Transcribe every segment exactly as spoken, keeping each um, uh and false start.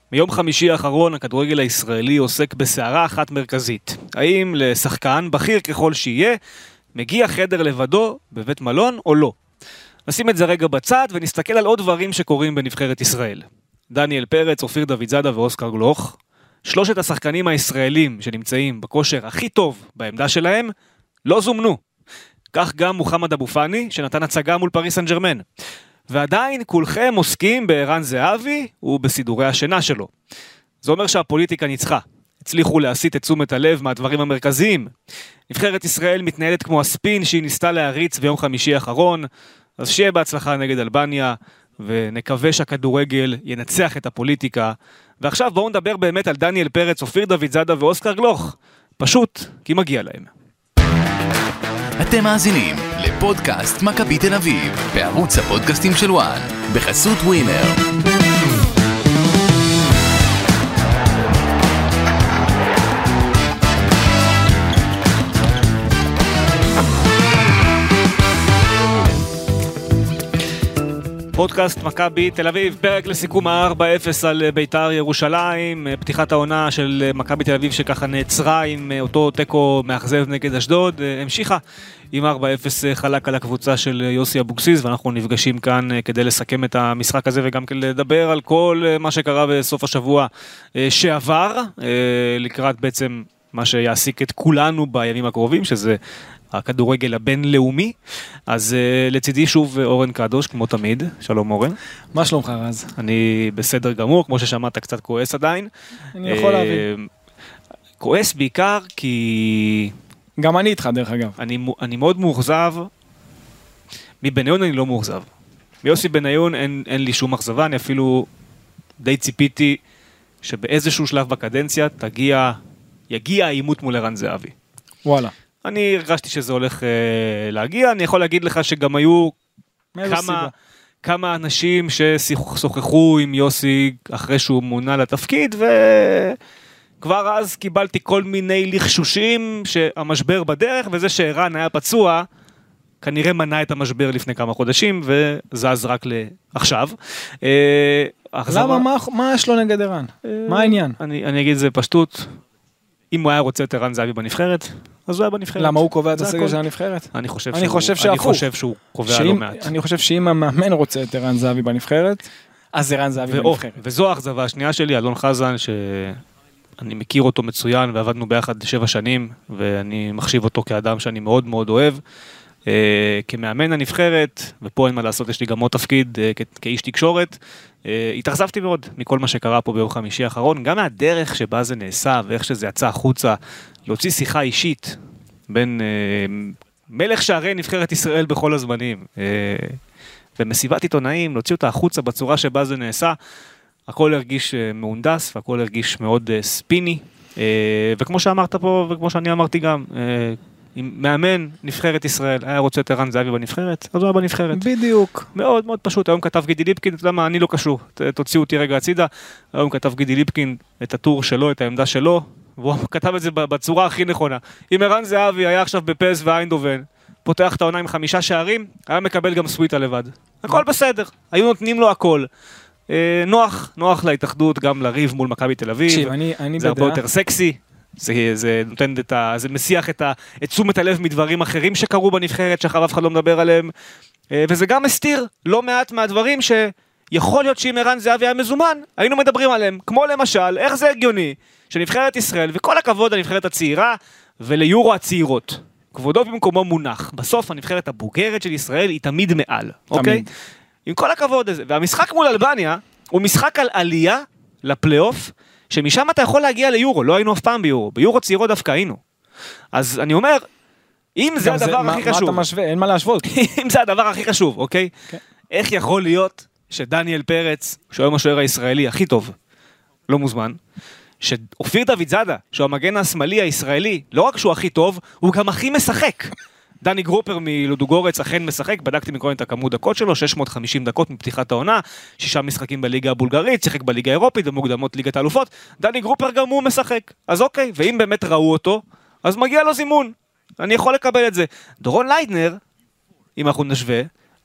מיום חמישי האחרון הכדורגל הישראלי עוסק בסערה אחת מרכזית. האם לשחקן, בכיר ככל שיהיה, מגיע חדר לבדו בבית מלון או לא? נשים את זה רגע בצד ונסתכל על עוד דברים שקורים בנבחרת ישראל. דניאל פרץ, אופיר דוידזאדה ואוסקר גלוך, שלושת השחקנים הישראלים שנמצאים בכושר הכי טוב בעמדה שלהם, לא זומנו. כך גם מוחמד אבו פאני, שנתן הצגה מול פריס סן ז'רמן. ועדיין כולכם עוסקים בערן זהבי ובסידורי השינה שלו. זה אומר שהפוליטיקה ניצחה. הצליחו להסיט את תשומת הלב מהדברים המרכזיים. נבחרת ישראל מתנהלת כמו הספין שהיא ניסתה להריץ ביום חמישי האחרון, אז שיהיה בהצלחה נגד אלבניה, ונקווה שהכדורגל ינצח את הפוליטיקה. ועכשיו בואו נדבר באמת על דניאל פרץ, אופיר דוידזאדה ואוסקר גלוך. פשוט כי מגיע להם. אתם מאזינים לפודקאסט מכבי תל אביב, בערוץ הפודקאסטים של וואן, בחסות ווינר. פודקאסט מכבי תל אביב, פרק לסיכום ה-ארבע אפס על בית"ר ירושלים, פתיחת העונה של מכבי תל אביב שככה נעצרה עם אותו טקו מאכזב נגד אשדוד, המשיכה עם ארבע אפס חלק על הקבוצה של יוסי אבוקסיס, ואנחנו נפגשים כאן כדי לסכם את המשחק הזה וגם כדי לדבר על כל מה שקרה בסוף השבוע שעבר, לקראת בעצם מה שיעסיק את כולנו בימים הקרובים, שזה הכדורגל הבינלאומי. אז uh, לצידי שוב אורן קדוש, כמו תמיד. שלום אורן. מה שלומך רז? אני בסדר גמור, כמו ששמעת קצת כועס עדיין. אני יכול uh, להבין. כועס בעיקר כי... גם אני איתך דרך אגב. אני, אני מאוד מאוכזב. מבניון אני לא מאוכזב. מיוסי בניון אין, אין לי שום אכזבה, אני אפילו די ציפיתי שבאיזשהו שלב בקדנציה תגיע, יגיע העימות מול ערן זהבי. וואלה. אני הרגשתי שזה הולך אה, להגיע, אני יכול להגיד לך שגם היו כמה, כמה אנשים ששוחחו עם יוסי אחרי שהוא מונה לתפקיד, וכבר אז קיבלתי כל מיני לחשושים שהמשבר בדרך, וזה שערן היה פצוע, כנראה מנע את המשבר לפני כמה חודשים, וזז רק לעכשיו. אה, למה? מה, מה יש לו נגד ערן? אה, מה העניין? אני, אני אגיד את זה פשטות, אם הוא היה רוצה את ערן זהבי בנבחרת, אז הוא היה בנבחרת. למה הוא קובע את הסגל של הנבחרת? אני חושב אני חושב שהוא, אני חושב שהוא קובע לא מעט. אני חושב שאם המאמן רוצה את ערן זהבי בנבחרת, אז ערן זהבי בנבחרת. וזו האכזבה השנייה שלי, אלון חזן, שאני מכיר אותו מצוין, ועבדנו ביחד שבע שנים, ואני מחשיב אותו כאדם שאני מאוד מאוד אוהב, כמאמן הנבחרת, ופה אין מה לעשות, יש לי גם עוד תפקיד כאיש תקשורת, התאכזבתי מאוד מכל מה שקרה פה ביום חמישי האחרון, גם מהדרך שבה זה נעשה, ואיך שזה יצא החוצה, להוציא שיחה אישית בין מלך שערי נבחרת ישראל בכל הזמנים, ומסיבת עיתונאים, להוציא אותה החוצה בצורה שבה זה נעשה, הכל הרגיש מהונדס, והכל הרגיש מאוד ספיני, וכמו שאמרת פה, וכמו שאני אמרתי גם, אם מאמן נבחרת ישראל היה רוצה את ערן זהבי בנבחרת, אז הוא היה בנבחרת. בדיוק. מאוד מאוד פשוט. היום כתב גידי ליפקין, אתה יודע מה, אני לא קשור, תוציאו אותי רגע הצידה. היום כתב גידי ליפקין את הטור שלו, את העמדה שלו, והוא כתב את זה בצורה הכי נכונה. אם ערן זהבי היה עכשיו בפס ואיינדובן, פותח את העונה עם חמישה שערים, היה מקבל גם סוויטה לבד. הכל בסדר. היו נותנים לו הכל. נוח, נוח להתאחדות, גם לריב מול מכבי תל אביב. תקשיב, אני, אני זה הרבה יותר סקסי. זה, זה נותן את ה... זה מסיח את ה... את תשומת הלב מדברים אחרים שקרו בנבחרת, שאחר אף אחד לא מדבר עליהם, וזה גם מסתיר לא מעט מהדברים שיכול להיות שאם ערן זהבי היה מזומן, היינו מדברים עליהם, כמו למשל, איך זה הגיוני, שנבחרת ישראל, וכל הכבוד לנבחרת הצעירה, וליורו הצעירות, כבודו במקומו מונח, בסוף הנבחרת הבוגרת של ישראל היא תמיד מעל, תמיד. אוקיי? עם כל הכבוד הזה, והמשחק מול אלבניה, הוא משחק על עלייה לפלייאוף, שמשם אתה יכול להגיע ליורו, לא היינו אף פעם ביורו, ביורו צעירות דווקא היינו. אז אני אומר, אם זה הדבר הכי חשוב... מה אתה משווה? אין מה להשוות. אם זה הדבר הכי חשוב, אוקיי? איך יכול להיות שדניאל פרץ, שהוא היום השוער הישראלי הכי טוב, לא מוזמן, שאופיר דוידזאדה, שהוא המגן השמאלי הישראלי, לא רק שהוא הכי טוב, הוא גם הכי משחק. דני גרופר מלודוגורץ אכן משחק, בדקתי מקודם את הכמות דקות שלו, שש מאות וחמישים דקות מפתיחת העונה, שישה משחקים בליגה הבולגרית, שיחק בליגה האירופית ומוקדמות ליגת האלופות, דני גרופר גם הוא משחק, אז אוקיי, ואם באמת ראו אותו, אז מגיע לו זימון, אני יכול לקבל את זה. דורון ליידנר, אם אנחנו נשווה,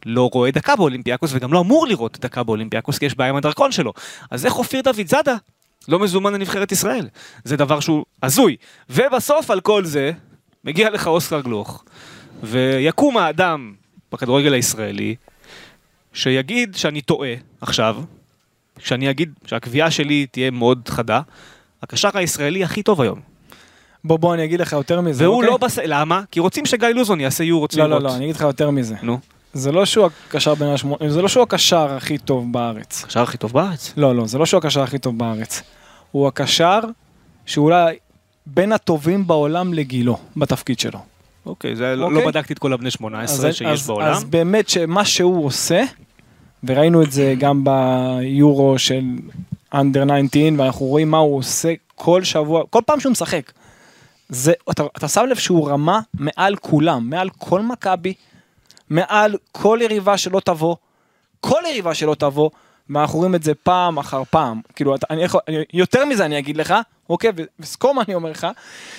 לא רואה דקה באולימפיאקוס, וגם לא אמור לראות דקה באולימפיאקוס, כי יש בעיה עם הדרכון שלו. אז איך אופיר דוד זאדה לא מזומן לנבחרת ישראל? זה דבר שהוא הזוי. ובסוף על כל זה, מגיע לך אוסקר גלוך, ויקום האדם בכדורגל הישראלי, שיגיד שאני טועה עכשיו, שאני אגיד שהקביעה שלי תהיה מאוד חדה, הקשר הישראלי הכי טוב היום. בוא בוא אני אגיד לך יותר מזה. והוא אוקיי? לא בס... למה? כי רוצים שגיא לוזון יעשה יורו צעירות. לא, לא, לא, אני אגיד לך יותר מזה. נו. זה לא שהוא הקשר בין השמונה, זה לא שהוא הקשר הכי טוב בארץ. הקשר הכי טוב בארץ? לא, לא, זה לא שהוא הקשר הכי טוב בארץ. הוא הקשר שאולי בין הטובים בעולם לגילו, בתפקיד שלו. אוקיי, זה אוקיי? לא בדקתי את כל הבני שמונה עשרה אז, שיש אז, בעולם. אז באמת שמה שהוא עושה, וראינו את זה גם ביורו של אנדר תשע עשרה, ואנחנו רואים מה הוא עושה כל שבוע, כל פעם שהוא משחק. זה, אתה, אתה שם לב שהוא רמה מעל כולם, מעל כל מכבי, מעל כל יריבה שלא תבוא, כל יריבה שלא תבוא, ואנחנו רואים את זה פעם אחר פעם. כאילו, אתה, אני, אני, יותר מזה אני אגיד לך, אוקיי, וסקום אני אומר לך,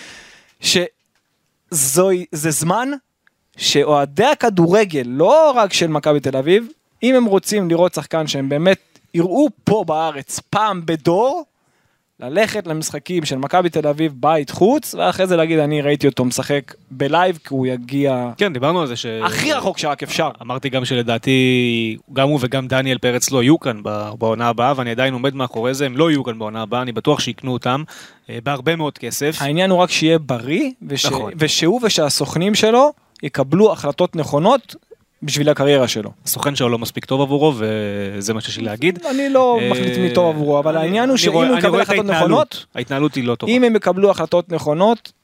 שזה זמן שאוהדי הכדורגל, לא רק של מכבי תל אביב, אם הם רוצים לראות שחקן שהם באמת יראו פה בארץ פעם בדור, ללכת למשחקים של מכבי תל אביב בית חוץ, ואחרי זה להגיד אני ראיתי אותו משחק בלייב, כי הוא יגיע... כן, דיברנו על זה ש... הכי רחוק שרק אפשר. אמרתי גם שלדעתי, גם הוא וגם דניאל פרץ לא יהיו כאן בעונה הבאה, ואני עדיין עומד מאחורי זה, הם לא יהיו כאן בעונה הבאה, אני בטוח שיקנו אותם בהרבה מאוד כסף. העניין הוא רק שיהיה בריא, וש... נכון. ושהוא ושהסוכנים שלו יקבלו החלטות נכונות, בשביל הקריירה שלו. הסוכן שלו לא מספיק טוב עבורו, וזה מה שיש לי להגיד. אני לא מחליט מי טוב עבורו, אבל העניין הוא שאם הוא יקבל החלטות נכונות, ההתנהלות היא לא טובה. אם הם יקבלו החלטות נכונות,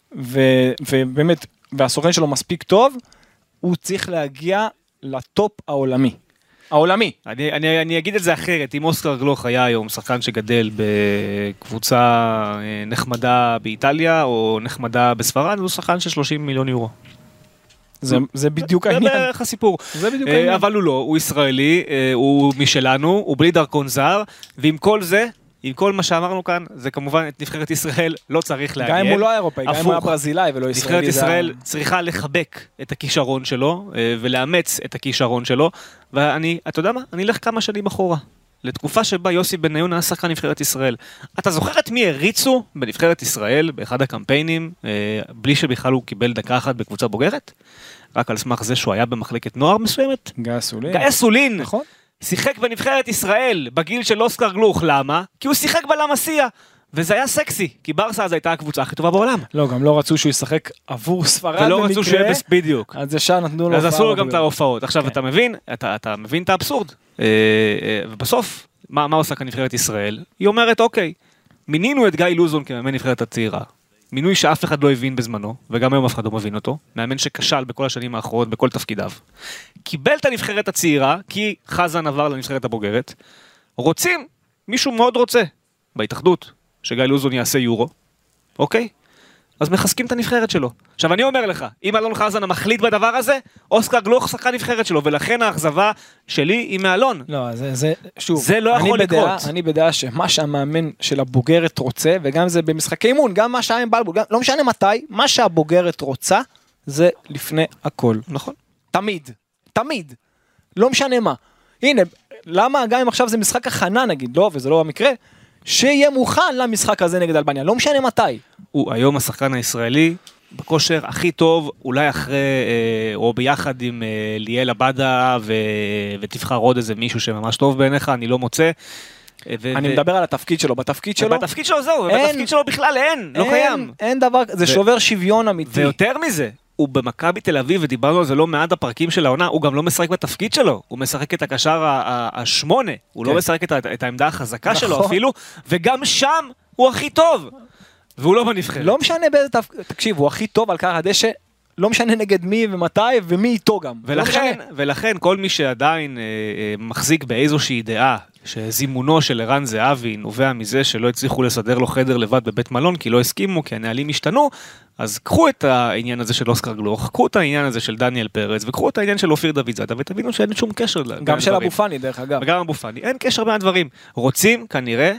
ובאמת, והסוכן שלו מספיק טוב, הוא צריך להגיע לטופ העולמי. העולמי. אני, אני, אני אגיד את זה אחרת, אם אוסקר גלוך היה היום שחקן שגדל בקבוצה נחמדה באיטליה, או נחמדה בספרד, הוא שחקן של שלושים מיליון יורו. זה, זה בדיוק העניין. זה בערך הסיפור. זה בדיוק העניין. אבל הוא לא, הוא ישראלי, הוא משלנו, הוא בלי דרכון זר, ועם כל זה, עם כל מה שאמרנו כאן, זה כמובן את נבחרת ישראל לא צריך להגיד. גם אם הוא לא אירופאי, גם אם הוא היה ברזילאי ולא ישראלי. נבחרת ישראל צריכה לחבק את הכישרון שלו, ולאמץ את הכישרון שלו, ואני, אתה יודע מה? אני אלך כמה שנים אחורה. לתקופה שבה יוסי בניון היה שחקן נבחרת ישראל. אתה זוכר את מי הריצו בנבחרת ישראל, באחד הקמפיינים, בלי שבכלל הוא קיבל דקה אחת בקבוצה בוגרת? רק על סמך זה שהוא היה במחלקת נוער מסוימת? גיא סולין. גיא סולין. נכון. שיחק בנבחרת ישראל, בגיל של אוסקר גלוך. למה? כי הוא שיחק בלמסיה. וזה היה סקסי, כי ברסה אז הייתה הקבוצה הכי טובה בעולם. לא, גם לא רצו שהוא ישחק עבור ספרד ולא רצו שהוא יהיה בדיוק. אז ישר נתנו לו... אז עשו לו גם את ההופעות. עכשיו, אתה מבין? אתה מבין את האבסורד. ובסוף, מה עושה כאן נבחרת ישראל? היא אומרת, אוקיי, מינינו את גיא לוזון כמאמן נבחרת הצעירה. מינוי שאף אחד לא הבין בזמנו, וגם היום אף אחד לא מבין אותו. מאמן שכשל בכל השנים האחרונות, בכל תפקידיו. קיבל את הנבחרת הצעירה, כי חזן עבר לנבחרת הבוגרת. רוצים, מישהו מאוד רוצה, בהתאחדות, שגיא לוזון יעשה יורו, אוקיי? אז מחזקים את הנבחרת שלו. עכשיו אני אומר לך, אם אלון חזן המחליט בדבר הזה, אוסקר גלוך שחקן נבחרת שלו, ולכן האכזבה שלי היא מאלון. לא, זה, זה, שוב, זה לא יכול בדעה, לקרות. אני בדעה שמה שהמאמן של הבוגרת רוצה, וגם זה במשחקי אימון, גם מה שהיה עם בלבול, גם, לא משנה מתי, מה שהבוגרת רוצה, זה לפני הכל. נכון. תמיד, תמיד. לא משנה מה. הנה, למה גם אם עכשיו זה משחק הכנה נגיד, לא, וזה לא המקרה, שיהיה מוכן למשחק הזה נגד אלבניה, לא משנה מתי. הוא היום השחקן הישראלי, בכושר הכי טוב, אולי אחרי, או ביחד עם ליאל עבדה, ו... ותבחר עוד איזה מישהו שממש טוב בעיניך, אני לא מוצא. ו... אני מדבר על התפקיד שלו, בתפקיד שלו. בתפקיד שלו זהו, אין, בתפקיד שלו בכלל אין, לא אין, קיים. אין דבר, זה ו... שובר שוויון אמיתי. ויותר מזה, הוא במכבי תל אביב, ודיברנו על זה לא מעט הפרקים של העונה, הוא גם לא משחק בתפקיד שלו, הוא משחק את הקשר השמונה, הוא לא משחק את העמדה החזקה שלו אפילו, וגם שם הוא הכי טוב, והוא לא בנבחרת. לא משנה באיזה תפקיד, תקשיב, הוא הכי טוב על קר הדשא, לא משנה נגד מי ומתי ומי איתו גם. ולכן, ולכן כל מי שעדיין מחזיק באיזושהי דעה, שזימונו של ערן זהבי נובע מזה שלא הצליחו לסדר לו חדר לבד בבית מלון, כי לא הסכימו, כי הנהלים השתנו, אז קחו את העניין הזה של אוסקר גלוך, קחו את העניין הזה של דניאל פרץ, וקחו את העניין של אופיר דוד זאדה, ותבינו שאין שום קשר. גם של אבו פאני דרך אגב. וגם אבו פאני, אין קשר בין הדברים. רוצים כנראה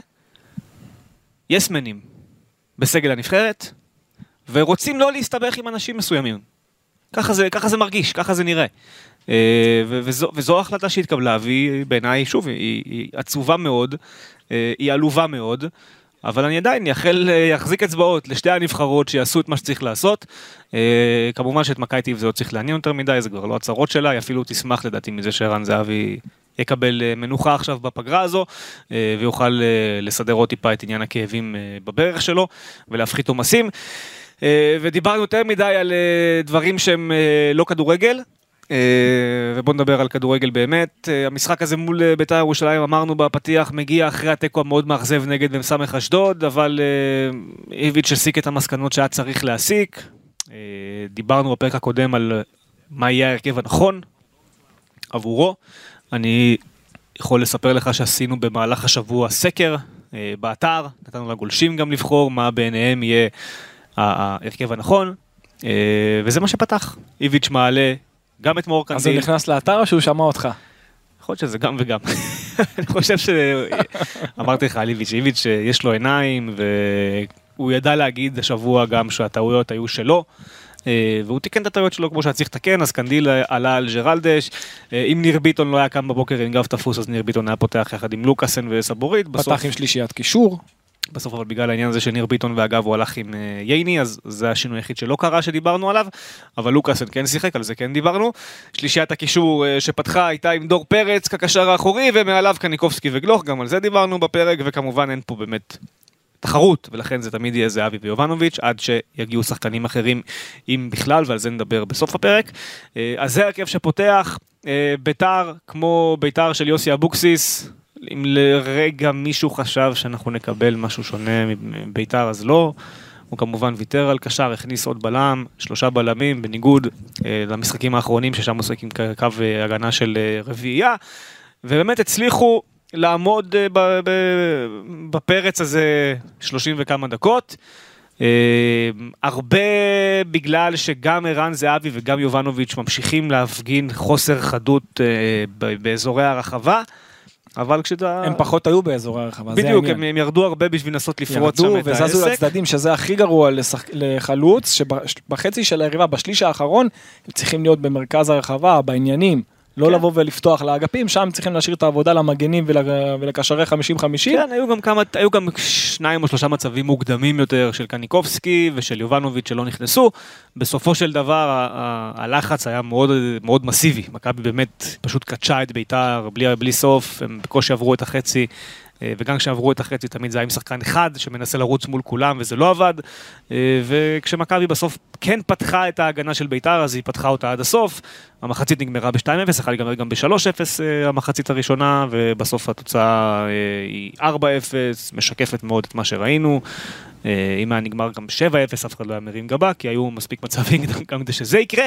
יסמנים בסגל הנבחרת, ורוצים לא להסתבך עם אנשים מסוימים. ככה זה, ככה זה מרגיש, ככה זה נראה. וזו, וזו ההחלטה שהתקבלה, והיא בעיניי, שוב, היא, היא עצובה מאוד, היא עלובה מאוד, אבל אני עדיין יחל, יחזיק אצבעות לשתי הנבחרות שיעשו את מה שצריך לעשות. כמובן שאת מכבי תל אביב זה לא צריך לעניין יותר מדי, זה כבר לא הצהרות שלה, היא אפילו תשמח לדעתי מזה שערן זהבי יקבל מנוחה עכשיו בפגרה הזו, ויוכל לסדר עוד טיפה את עניין הכאבים בברך שלו, ולהפחית עומסים. ודיברנו יותר מדי על דברים שהם לא כדורגל, ובואו נדבר על כדורגל באמת. המשחק הזה מול בית"ר ירושלים, אמרנו בפתיח, מגיע אחרי התיקו המאוד מאכזב נגד במסמך אשדוד, אבל איביץ' הסיק את המסקנות שהיה צריך להסיק. דיברנו בפרק הקודם על מה יהיה ההרכב הנכון עבורו. אני יכול לספר לך שעשינו במהלך השבוע סקר באתר, נתנו לגולשים גם לבחור מה בעיניהם יהיה ההרכב הנכון, וזה מה שפתח. איביץ' מעלה גם את מאור קנדיל. אז הוא נכנס לאתר או שהוא שמע אותך? יכול להיות שזה גם וגם. אני חושב שאמרתי לך על איביץ', איביץ' יש לו עיניים, והוא ידע להגיד השבוע גם שהטעויות היו שלו, והוא תיקן את הטעויות שלו כמו שצריך לתקן. אז קנדיל עלה על ג'רלדש, אם ניר ביטון לא היה קם בבוקר עם גב תפוס, אז ניר ביטון היה פותח יחד עם לוקאסן וסבורית. פתח עם שלישיית קישור. בסוף אבל בגלל העניין הזה שניר ביטון ואגב הוא הלך עם ייני, אז זה השינוי היחיד שלא קרה שדיברנו עליו, אבל לוקאסן כן שיחק, על זה כן דיברנו. שלישיית הקישור שפתחה הייתה עם דור פרץ כקשר האחורי, ומעליו קניקובסקי וגלוך, גם על זה דיברנו בפרק, וכמובן אין פה באמת תחרות, ולכן זה תמיד יהיה זהבי ויובנוביץ' עד שיגיעו שחקנים אחרים, אם בכלל, ועל זה נדבר בסוף הפרק. אז זה הרכב שפותח, ביתר כמו ביתר של יוסי אבוקסיס, אם לרגע מישהו חשב שאנחנו נקבל משהו שונה מביתר, אז לא. הוא כמובן ויתר על קשר, הכניס עוד בלם, שלושה בלמים, בניגוד אה, למשחקים האחרונים, ששם עוסק עם קו הגנה של אה, רביעייה, ובאמת הצליחו לעמוד אה, ב, ב, בפרץ הזה שלושים וכמה דקות, אה, הרבה בגלל שגם ערן זהבי וגם יובנוביץ' ממשיכים להפגין חוסר חדות אה, באזורי הרחבה, אבל כשאתה... הם פחות היו באזורי הרחבה, זה בדיוק, הם, הם ירדו הרבה בשביל לנסות לפרוץ שם את העסק. ירדו וזזו לצדדים, שזה הכי גרוע לשח... לחלוץ, שבחצי של היריבה, בשליש האחרון, הם צריכים להיות במרכז הרחבה, בעניינים, לא כן. לבוא ולפתוח לאגפים, שם צריכים להשאיר את העבודה למגנים ול... ולקשרי חמישים חמישים. כן, היו גם, כמה, היו גם שניים או שלושה מצבים מוקדמים יותר של קניקובסקי ושל יובנוביץ' שלא נכנסו. בסופו של דבר, ה- ה- הלחץ היה מאוד, מאוד מסיבי. מכבי באמת פשוט קדשה את ביתר בלי, בלי סוף, הם בקושי עברו את החצי, וגם כשעברו את החצי תמיד זה היה עם שחקן אחד שמנסה לרוץ מול כולם וזה לא עבד, וכשמכבי בסוף כן פתחה את ההגנה של ביתר, אז היא פתחה אותה עד הסוף. המחצית נגמרה ב-שתיים אפס, החל גם ב-שלוש אפס המחצית הראשונה, ובסוף התוצאה היא ארבע אפס, משקפת מאוד את מה שראינו. אם היה נגמר גם שבע אפס, אף אחד לא היה מרים גבה, כי היו מספיק מצבים גם כדי שזה יקרה.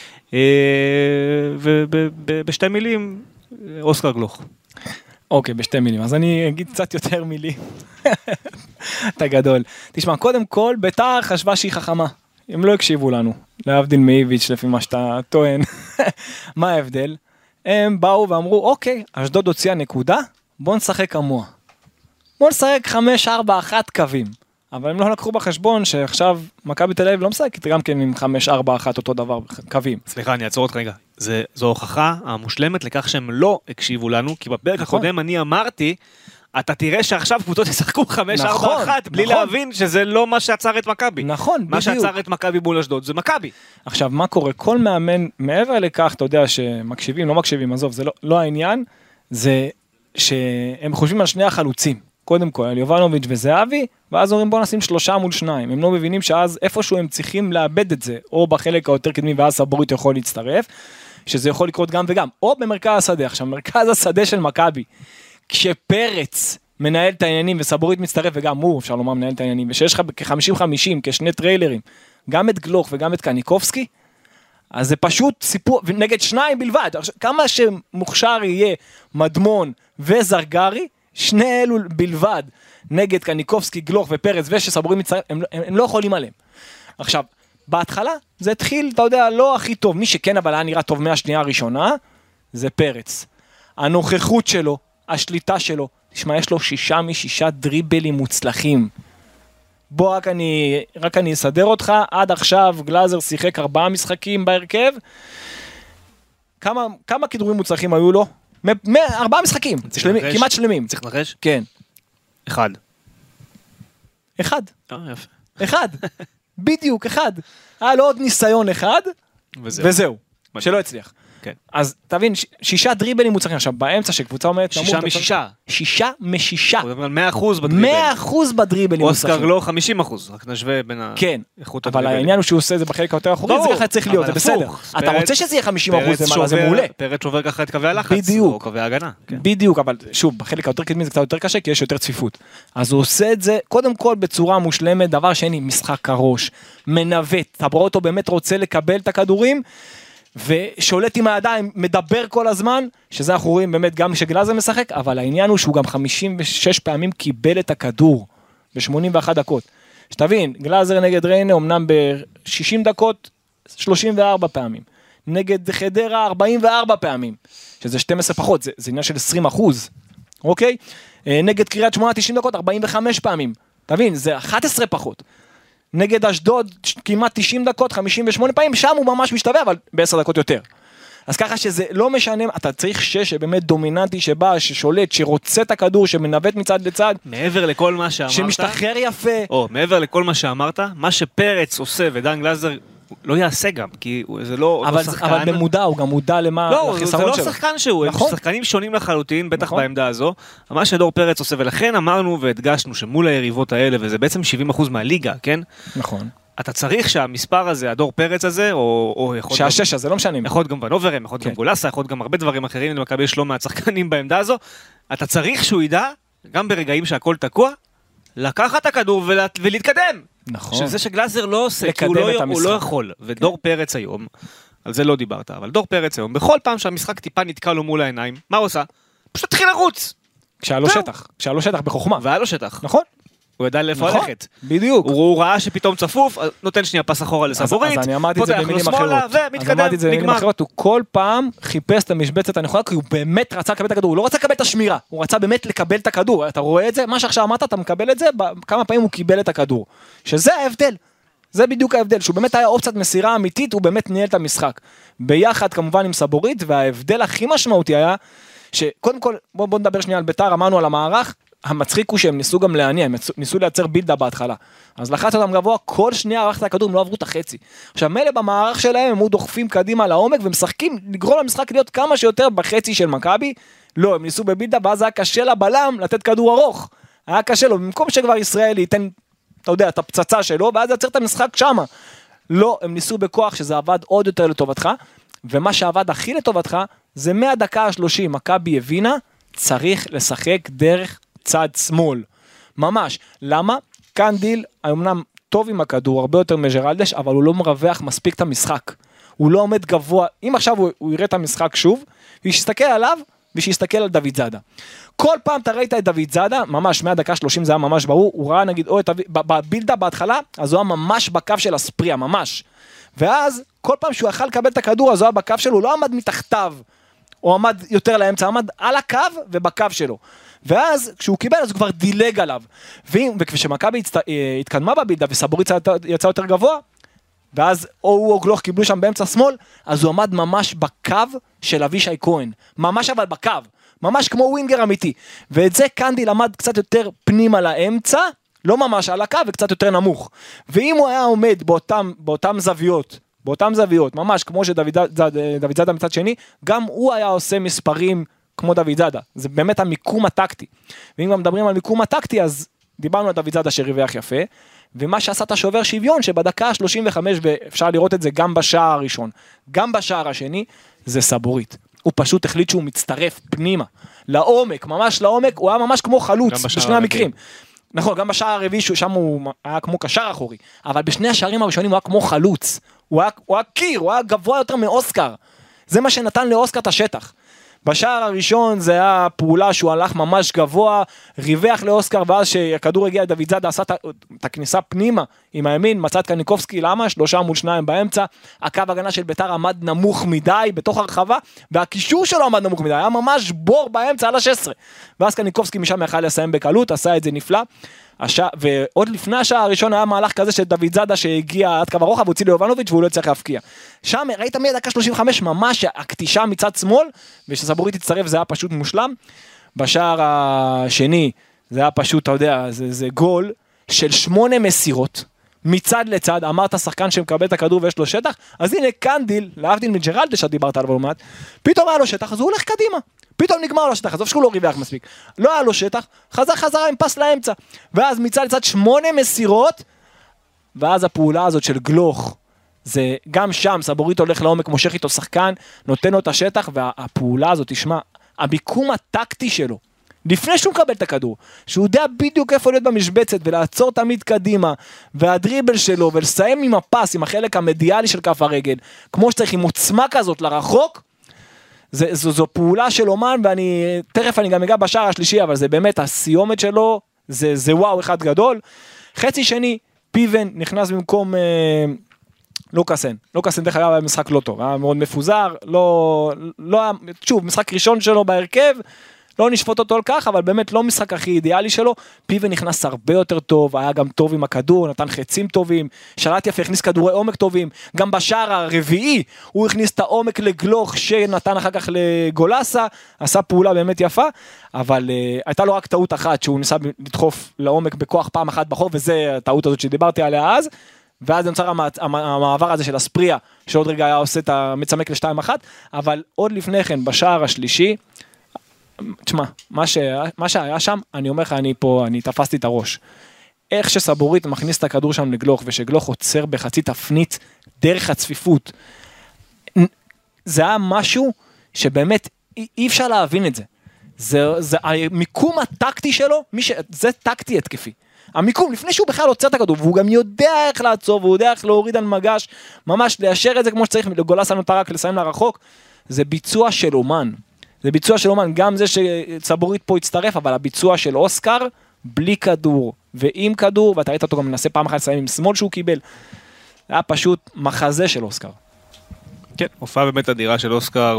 ובשתי מילים, אוסקר גלוך. אוקיי, בשתי מילים. אז אני אגיד קצת יותר מילים. אתה גדול. תשמע, קודם כל, ביתר חשבה שהיא חכמה. הם לא הקשיבו לנו. להבדיל מאיביץ' לפי מה שאתה טוען. מה ההבדל? הם באו ואמרו, אוקיי, אשדוד הוציאה נקודה, בוא נשחק כמוה. בוא נשחק חמש ארבע אחת קווים. אבל הם לא לקחו בחשבון שעכשיו מכבי תל אביב לא משחקת גם כן עם חמש ארבע אחת אותו דבר קווים. סליחה, אני אעצור אותך רגע. זה, זו הוכחה המושלמת לכך שהם לא הקשיבו לנו, כי בפרק נכון. הקודם אני אמרתי, אתה תראה שעכשיו קבוצות ישחקו חמש ארבע אחת, בלי נכון. להבין שזה לא מה שעצר את מכבי. נכון, מה בדיוק. שעצר את מכבי מול אשדוד זה מכבי. עכשיו, מה קורה? כל מאמן, מעבר לכך, אתה יודע שמקשיבים, לא מקשיבים, עזוב, זה לא, לא העניין, זה שהם חושבים על שני החלוצים. קודם כל, על יובנוביץ' וזהבי, ואז אומרים בוא נשים שלושה מול שניים. הם לא מבינים שאז איפשהו הם צריכים לאבד את זה, או בחלק היותר קדמי, ואז סבורית יכול להצטרף, שזה יכול לקרות גם וגם, או במרכז השדה. עכשיו, מרכז השדה של מכבי, כשפרץ מנהל את העניינים, וסבורית מצטרף, וגם הוא, אפשר לומר, מנהל את העניינים, ושיש לך כ-חמישים חמישים, כשני טריילרים, גם את גלוך וגם את קניקובסקי, אז זה פשוט סיפור, נגד שניים בלבד. כמה שמוכשר יהיה מדמון וזרגרי, שני אלו בלבד, נגד קניקובסקי, גלוך ופרץ, ושסבורים מצטרף, הם, הם, הם לא יכולים עליהם. עכשיו, בהתחלה, זה התחיל, אתה יודע, לא הכי טוב, מי שכן אבל היה נראה טוב מהשנייה הראשונה, זה פרץ. הנוכחות שלו, השליטה שלו, תשמע, יש לו שישה משישה דריבלים מוצלחים. בוא רק אני, רק אני אסדר אותך, עד עכשיו גלאזר שיחק ארבעה משחקים בהרכב, כמה, כמה כדורים מוצלחים היו לו? מארבעה משחקים, שלמים, כמעט שלמים. צריך לנחש? כן. אחד. אחד. אה, יפה. אחד. בדיוק, אחד. היה לו עוד ניסיון אחד, וזהו. וזהו. שלא הצליח. כן. אז תבין, שישה דריבלים מוצלחים. עכשיו, באמצע שקבוצה אומרת... שישה משישה. שישה משישה. הוא אומר מאה אחוז בדריבל. מאה אחוז בדריבלים מוצלחים. אוסקר לא חמישים אחוז, רק נשווה בין האיכות הדריבלים. אבל העניין הוא שהוא עושה את זה בחלק היותר אחורי, זה ככה צריך להיות, זה בסדר. אתה רוצה שזה יהיה חמישים אחוז, זה מעולה. פרץ שובר ככה את קווי הלחץ, או קווי ההגנה. בדיוק, אבל שוב, בחלק היותר קדמי זה קצת יותר קשה, כי יש יותר צפיפות. אז הוא עושה את זה, קודם כל בצורה מושלמת, דבר שני, משחק הראש, מנווט, אתה רואה אותו באמת רוצה לקבל את הכדורים, ושולט עם הידיים, מדבר כל הזמן, שזה אנחנו רואים באמת גם שגלאזר משחק, אבל העניין הוא שהוא גם חמישים ושש פעמים קיבל את הכדור, ב-שמונים ואחת דקות. שתבין, גלאזר נגד ריינה, אמנם ב-שישים דקות, שלושים וארבע פעמים. נגד חדרה, ארבעים וארבע פעמים, שזה שתים עשרה פחות, זה, זה עניין של עשרים אחוז, אוקיי? נגד קריית שמונה, תשעים דקות, ארבעים וחמש פעמים. תבין, זה אחת עשרה פחות. נגד אשדוד כמעט תשעים דקות, חמישים ושמונה פעמים, שם הוא ממש משתווה, אבל בעשר דקות יותר. אז ככה שזה לא משנה, אתה צריך שש שבאמת דומיננטי שבא, ששולט, שרוצה את הכדור, שמנווט מצד לצד. מעבר לכל מה שאמרת. שמשתחרר יפה. או, מעבר לכל מה שאמרת, מה שפרץ עושה ודן גלאזר לא יעשה גם, כי זה לא אבל, שחקן. אבל במודע, הוא גם מודע למה, לא, לחיסרון שלו. לא, שלו. זה לא שחקן שהוא, נכון. הם שחקנים שונים לחלוטין, בטח נכון. בעמדה הזו. מה שדור פרץ עושה, ולכן אמרנו והדגשנו שמול היריבות האלה, וזה בעצם שבעים אחוז מהליגה, כן? נכון. אתה צריך שהמספר הזה, הדור פרץ הזה, או, או יכול שהשש הזה, לא משנה. יכול להיות גם ונוברם, יכול להיות כן. גם גולסה, יכול להיות גם הרבה דברים אחרים, למכבי יש לא מעט שחקנים בעמדה הזו. אתה צריך שהוא ידע, גם ברגעים שהכל תקוע, לקחת את הכדור ולה, ולהתקדם. נכון. שזה שגלאזר לא עושה, כי הוא לא, הוא לא יכול. ודור כן. פרץ היום, על זה לא דיברת, אבל דור פרץ היום, בכל פעם שהמשחק טיפה נתקע לו מול העיניים, מה הוא עושה? פשוט התחיל לרוץ. כשהיה לו שטח, כשהיה לו שטח בחוכמה. והיה לו שטח. נכון. הוא ידע לאיפה נכון, ללכת. בדיוק. הוא, הוא ראה שפתאום צפוף, נותן שנייה פס אחורה לסבורית, אז, אז אני אמרתי את זה במילים אחרות. ומתקדם, אז אמרתי את זה במילים אחרות, הוא כל פעם חיפש את המשבצת הנכונה, כי הוא באמת רצה לקבל את הכדור, הוא לא רצה לקבל את השמירה, הוא רצה באמת לקבל את הכדור, אתה רואה את זה? מה שעכשיו אמרת, אתה מקבל את זה, כמה פעמים הוא קיבל את הכדור. שזה ההבדל. זה בדיוק ההבדל, שהוא באמת היה אופציית מסירה אמיתית, הוא באמת ניהל את המשחק. ביחד כמובן עם סבורית, וההבדל הכי משמעותי היה, שקודם כל, בוא, בוא נדבר שנייה על ביתר, אמרנו על המערך, המצחיק הוא שהם ניסו גם להניע, הם ניסו לייצר בילדה בהתחלה. אז לחץ אותם גבוה, כל שנייה ערכת הכדור, הם לא עברו את החצי. עכשיו, מלא במערך שלהם, הם היו דוחפים קדימה לעומק, ומשחקים, לגרום למשחק להיות כמה שיותר בחצי של מכבי. לא, הם ניסו בבילדה, ואז היה קשה לבלם לתת כדור ארוך. היה קשה לו, במקום שכבר ישראלי ייתן, אתה יודע, את הפצצה שלו, ואז יצר את המשחק שמה. לא, הם ניסו בכוח שזה עבד עוד יותר לטובתך, ומה שעבד הכי לטובתך, זה מהדקה ה-שלושים, מכבי הבינה, צריך לשחק דרך צד שמאל. ממש. למה? קנדיל, אמנם טוב עם הכדור, הרבה יותר מג'רלדש, אבל הוא לא מרווח מספיק את המשחק. הוא לא עומד גבוה. אם עכשיו הוא, הוא יראה את המשחק שוב, וישתסתכל עליו, ושיסתכל על דוד זאדה. כל פעם אתה ראית את דוד זאדה, ממש מהדקה שלושים זה היה ממש ברור, הוא ראה נגיד, או את הבילדה בהתחלה, אז הוא היה ממש בקו של הספריה, ממש. ואז, כל פעם שהוא יכל לקבל את הכדור, אז הוא היה בקו שלו, הוא לא עמד מתחתיו, הוא עמד יותר לאמצע, עמד על הקו ובקו שלו. ואז כשהוא קיבל אז הוא כבר דילג עליו. וכשמכבי התקדמה בבילדה וסבורית יצא יותר גבוה, ואז או הוא או גלוך קיבלו שם באמצע שמאל, אז הוא עמד ממש בקו של אבישי כהן. ממש אבל בקו. ממש כמו ווינגר אמיתי. ואת זה קנדיל עמד קצת יותר פנימה לאמצע, לא ממש על הקו וקצת יותר נמוך. ואם הוא היה עומד באותם, באותם זוויות, באותם זוויות, ממש כמו שדוד זאדה מצד שני, גם הוא היה עושה מספרים כמו דוד זאדה. זה באמת המיקום הטקטי. ואם גם מדברים על מיקום הטקטי, אז דיברנו על דוד זאדה שריווח יפה, ומה שעשה את השובר שוויון, שבדקה ה-שלושים וחמש, ואפשר לראות את זה גם בשער הראשון, גם בשער השני, זה סבורית. הוא פשוט החליט שהוא מצטרף פנימה, לעומק, ממש לעומק, הוא היה ממש כמו חלוץ, בשני המקרים. נכון, גם בשער הרביעי, שם הוא היה כמו קשר אחורי, אבל בשני השערים הראשונים הוא היה כמו חלוץ, הוא היה, הוא היה קיר, הוא היה גבוה יותר מאוסקר, זה מה שנתן לאוסקר את השטח. בשער הראשון זה היה פעולה שהוא הלך ממש גבוה, ריווח לאוסקר, ואז שהכדור הגיע לדוד זאדה, עשה את הכניסה פנימה עם הימין, מצא את קניקובסקי, למה? שלושה מול שניים באמצע, הקו הגנה של ביתר עמד נמוך מדי בתוך הרחבה, והקישור שלו עמד נמוך מדי, היה ממש בור באמצע על ה-שש עשרה, ואז קניקובסקי משם יכל לסיים בקלות, עשה את זה נפלא, השע... ועוד לפני השעה הראשון היה מהלך כזה של דוד זאדה שהגיע עד קו הרוחב, והוציא ליובנוביץ' והוא לא צריך להפקיע. שם ראית מי דקה שלושים וחמש ממש הקטישה מצד שמאל, ושסבורית תצטרף זה היה פשוט מושלם. בשער השני זה היה פשוט, אתה יודע, זה, זה גול של שמונה מסירות, מצד לצד, אמרת שחקן שמקבל את הכדור ויש לו שטח, אז הנה קנדיל, להבדיל מג'רלדה שדיברת עליו מעט, פתאום היה לו שטח, אז הוא הולך קדימה, פתאום נגמר לו שטח, עזוב שהוא לא ריווח מספיק, לא היה לו שטח, חזר חזרה עם פס לאמצע, ואז מצד לצד שמונה מסירות, ואז הפעולה הזאת של גלוך, זה גם שם, סבורית הולך לעומק, מושך איתו שחקן, נותן לו את השטח, והפעולה הזאת, תשמע, המיקום הטקטי שלו, לפני שהוא מקבל את הכדור, שהוא יודע בדיוק איפה להיות במשבצת, ולעצור תמיד קדימה, והדריבל שלו, ולסיים עם הפס, עם החלק המדיאלי של כף הרגל, כמו שצריך, עם עוצמה כזאת לרחוק, זה, זו, זו פעולה של אומן, ואני, תכף אני גם אגע בשער השלישי, אבל זה באמת, הסיומת שלו, זה, זה וואו אחד גדול. חצי שני, פיבן נכנס במקום אה, לוקאסן. לוקאסן דרך אגב היה משחק לא טוב, היה מאוד מפוזר, לא, לא היה, שוב, משחק ראשון שלו בהרכב, לא נשפוט אותו על כך, אבל באמת לא משחק הכי אידיאלי שלו, פיבן נכנס הרבה יותר טוב, היה גם טוב עם הכדור, נתן חצים טובים, שלט יפה, הכניס כדורי עומק טובים, גם בשער הרביעי, הוא הכניס את העומק לגלוך, שנתן אחר כך לגולסה, עשה פעולה באמת יפה, אבל uh, הייתה לו רק טעות אחת, שהוא ניסה לדחוף לעומק בכוח פעם אחת בחור, וזה הטעות הזאת שדיברתי עליה אז, ואז נוצר המעבר הזה של הספריה, שעוד רגע היה עושה את המצמק לשתיים אחת, אבל עוד לפני כן, בשער השלישי, תשמע, מה שהיה, מה שהיה שם, אני אומר לך, אני פה, אני תפסתי את הראש. איך שסבורית מכניס את הכדור שם לגלוך, ושגלוך עוצר בחצי תפנית דרך הצפיפות. זה היה משהו שבאמת אי, אי אפשר להבין את זה. זה, זה המיקום הטקטי שלו, מי ש, זה טקטי התקפי. המיקום, לפני שהוא בכלל עוצר את הכדור, והוא גם יודע איך לעצור, והוא יודע איך להוריד על מגש, ממש ליישר את זה כמו שצריך, לגולס לנו רק לסיים לרחוק, זה ביצוע של אומן. זה ביצוע של אומן, גם זה שסבורית פה הצטרף, אבל הביצוע של אוסקר, בלי כדור, ועם כדור, ואתה ראית אותו גם מנסה פעם אחת לסיים עם שמאל שהוא קיבל, זה היה פשוט מחזה של אוסקר. כן, הופעה באמת אדירה של אוסקר,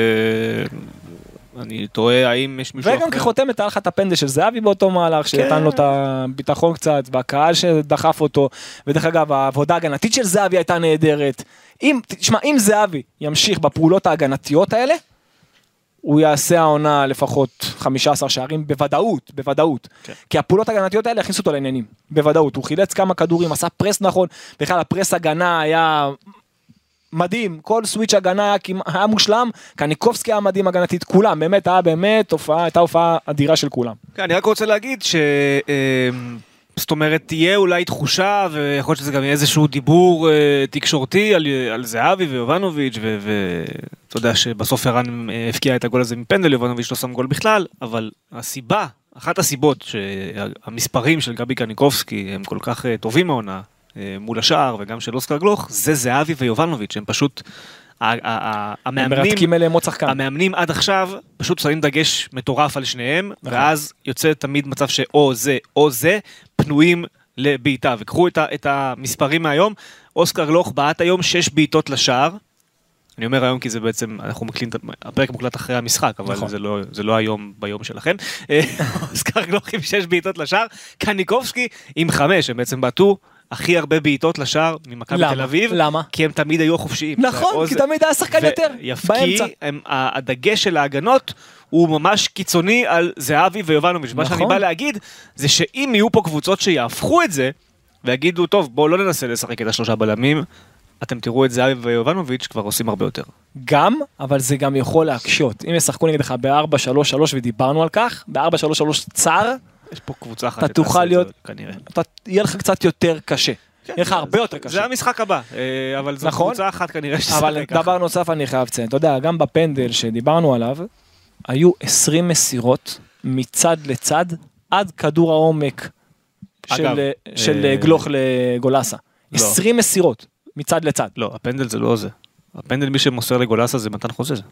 ואני תוהה האם יש מישהו וגם כחותמת, היה לך את הפנדל של זהבי באותו מהלך, שנתן לו את הביטחון קצת, והקהל שדחף אותו, ודרך אגב, העבודה ההגנתית של זהבי הייתה נהדרת. אם, תשמע, אם זהבי ימשיך בפעולות ההגנתיות האלה, הוא יעשה העונה לפחות חמישה עשר שערים בוודאות, בוודאות. כן. כי הפעולות הגנתיות האלה הכניסו אותו לעניינים, בוודאות. הוא חילץ כמה כדורים, עשה פרס נכון, בכלל הפרס הגנה היה מדהים, כל סוויץ' הגנה היה, היה מושלם, קניקובסקי היה מדהים הגנתית, כולם, באמת, היה באמת הופעה, הייתה הופעה אדירה של כולם. כן, אני רק רוצה להגיד ש... זאת אומרת, תהיה אולי תחושה, ויכול להיות שזה גם יהיה איזשהו דיבור אה, תקשורתי על, על זהבי ויובנוביץ' ואתה יודע שבסוף ערן הפקיע את הגול הזה מפנדל, יובנוביץ' לא שם גול בכלל, אבל הסיבה, אחת הסיבות שהמספרים של גבי קניקובסקי הם כל כך אה, טובים מעונה, אה, מול השער וגם של אוסקר גלוך, זה זהבי ויובנוביץ', הם פשוט... המאמנים, המאמנים עד עכשיו פשוט שמים דגש מטורף על שניהם, ואז יוצא תמיד מצב שאו זה או זה פנויים לבעיטה, וקחו את המספרים מהיום, אוסקר גלוך בעט היום שש בעיטות לשער, אני אומר היום כי זה בעצם, אנחנו מקלין, הפרק מוקלט אחרי המשחק, אבל זה לא, זה לא היום ביום שלכם, אוסקר גלוך עם שש בעיטות לשער, קניקובסקי עם חמש, הם בעצם בעטו, הכי הרבה בעיטות לשער ממכבי תל אביב. למה? כי הם תמיד היו חופשיים. נכון, כי תמיד היה שחקן יותר באמצע. הדגש של ההגנות הוא ממש קיצוני על זהבי ויובנוביץ'. מה שאני בא להגיד זה שאם יהיו פה קבוצות שיהפכו את זה, ויגידו, טוב, בואו לא ננסה לשחק את השלושה בלמים, אתם תראו את זהבי ויובנוביץ' כבר עושים הרבה יותר. גם, אבל זה גם יכול להקשות. אם ישחקו נגד לך ב-ארבע שלוש שלוש ודיברנו על כך, ב-ארבע שלוש שלוש צר, יש פה קבוצה אחת אתה תוכל להיות, אתה, יהיה לך קצת יותר קשה, יהיה לך הרבה יותר קשה. זה המשחק הבא, אבל זו קבוצה אחת כנראה שתשחק ככה. אבל דבר נוסף אני חייב לציין, אתה יודע, גם בפנדל שדיברנו עליו, היו עשרים מסירות מצד לצד, עד כדור העומק של גלוך לגולסה. עשרים מסירות מצד לצד. לא, הפנדל זה לא זה. הפנדל מי שמוסר לגולסה זה מתן חוזז.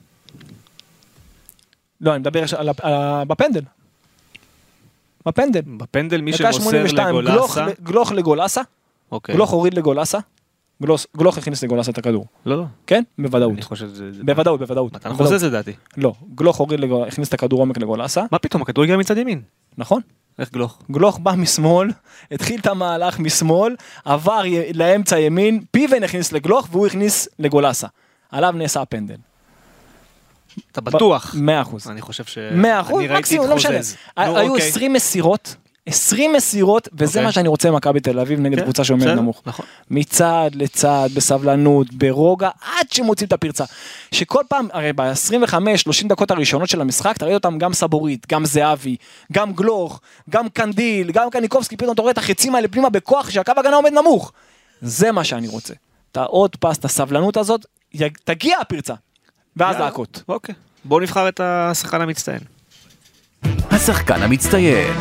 לא, אני מדבר בפנדל. בפנדל. בפנדל מי שמוסר לגולסה. גלוך לגולסה. גלוך הוריד לגולסה. גלוך הכניס לגולסה את הכדור. לא, לא. כן? בוודאות. אני חושב שזה... בוודאות, בוודאות. מתן חוזז לדעתי. לא, גלוך הוריד, הכניס את הכדור עומק לגולסה. מה פתאום? הכדור הגיע מצד ימין. נכון. איך גלוך? גלוך בא משמאל, התחיל את המהלך משמאל, עבר לאמצע ימין, פיבן הכניס לגלוך והוא הכניס לגולסה. עליו נעשה הפנדל. אתה בטוח? מאה אחוז. אני חושב ש... מאה אחוז, מקסימום, לא משנה. היו עשרים מסירות, עשרים מסירות, וזה מה שאני רוצה במכבי תל אביב נגד קבוצה שעומדת נמוך. מצד לצד, בסבלנות, ברוגע, עד שמוצאים את הפרצה. שכל פעם, הרי ב-עשרים וחמש שלושים דקות הראשונות של המשחק, תראי אותם גם סבורית, גם זהבי, גם גלוך, גם קנדיל, גם קניקובסקי, פתאום אתה רואה את החצים האלה פנימה בכוח, שהקו הגנה עומד נמוך. זה מה שאני רוצה. את העוד פס, את הסבלנות הזאת, תגיע הפרצה. ואז להקות. אוקיי. בואו נבחר את השחקן המצטיין. השחקן המצטיין.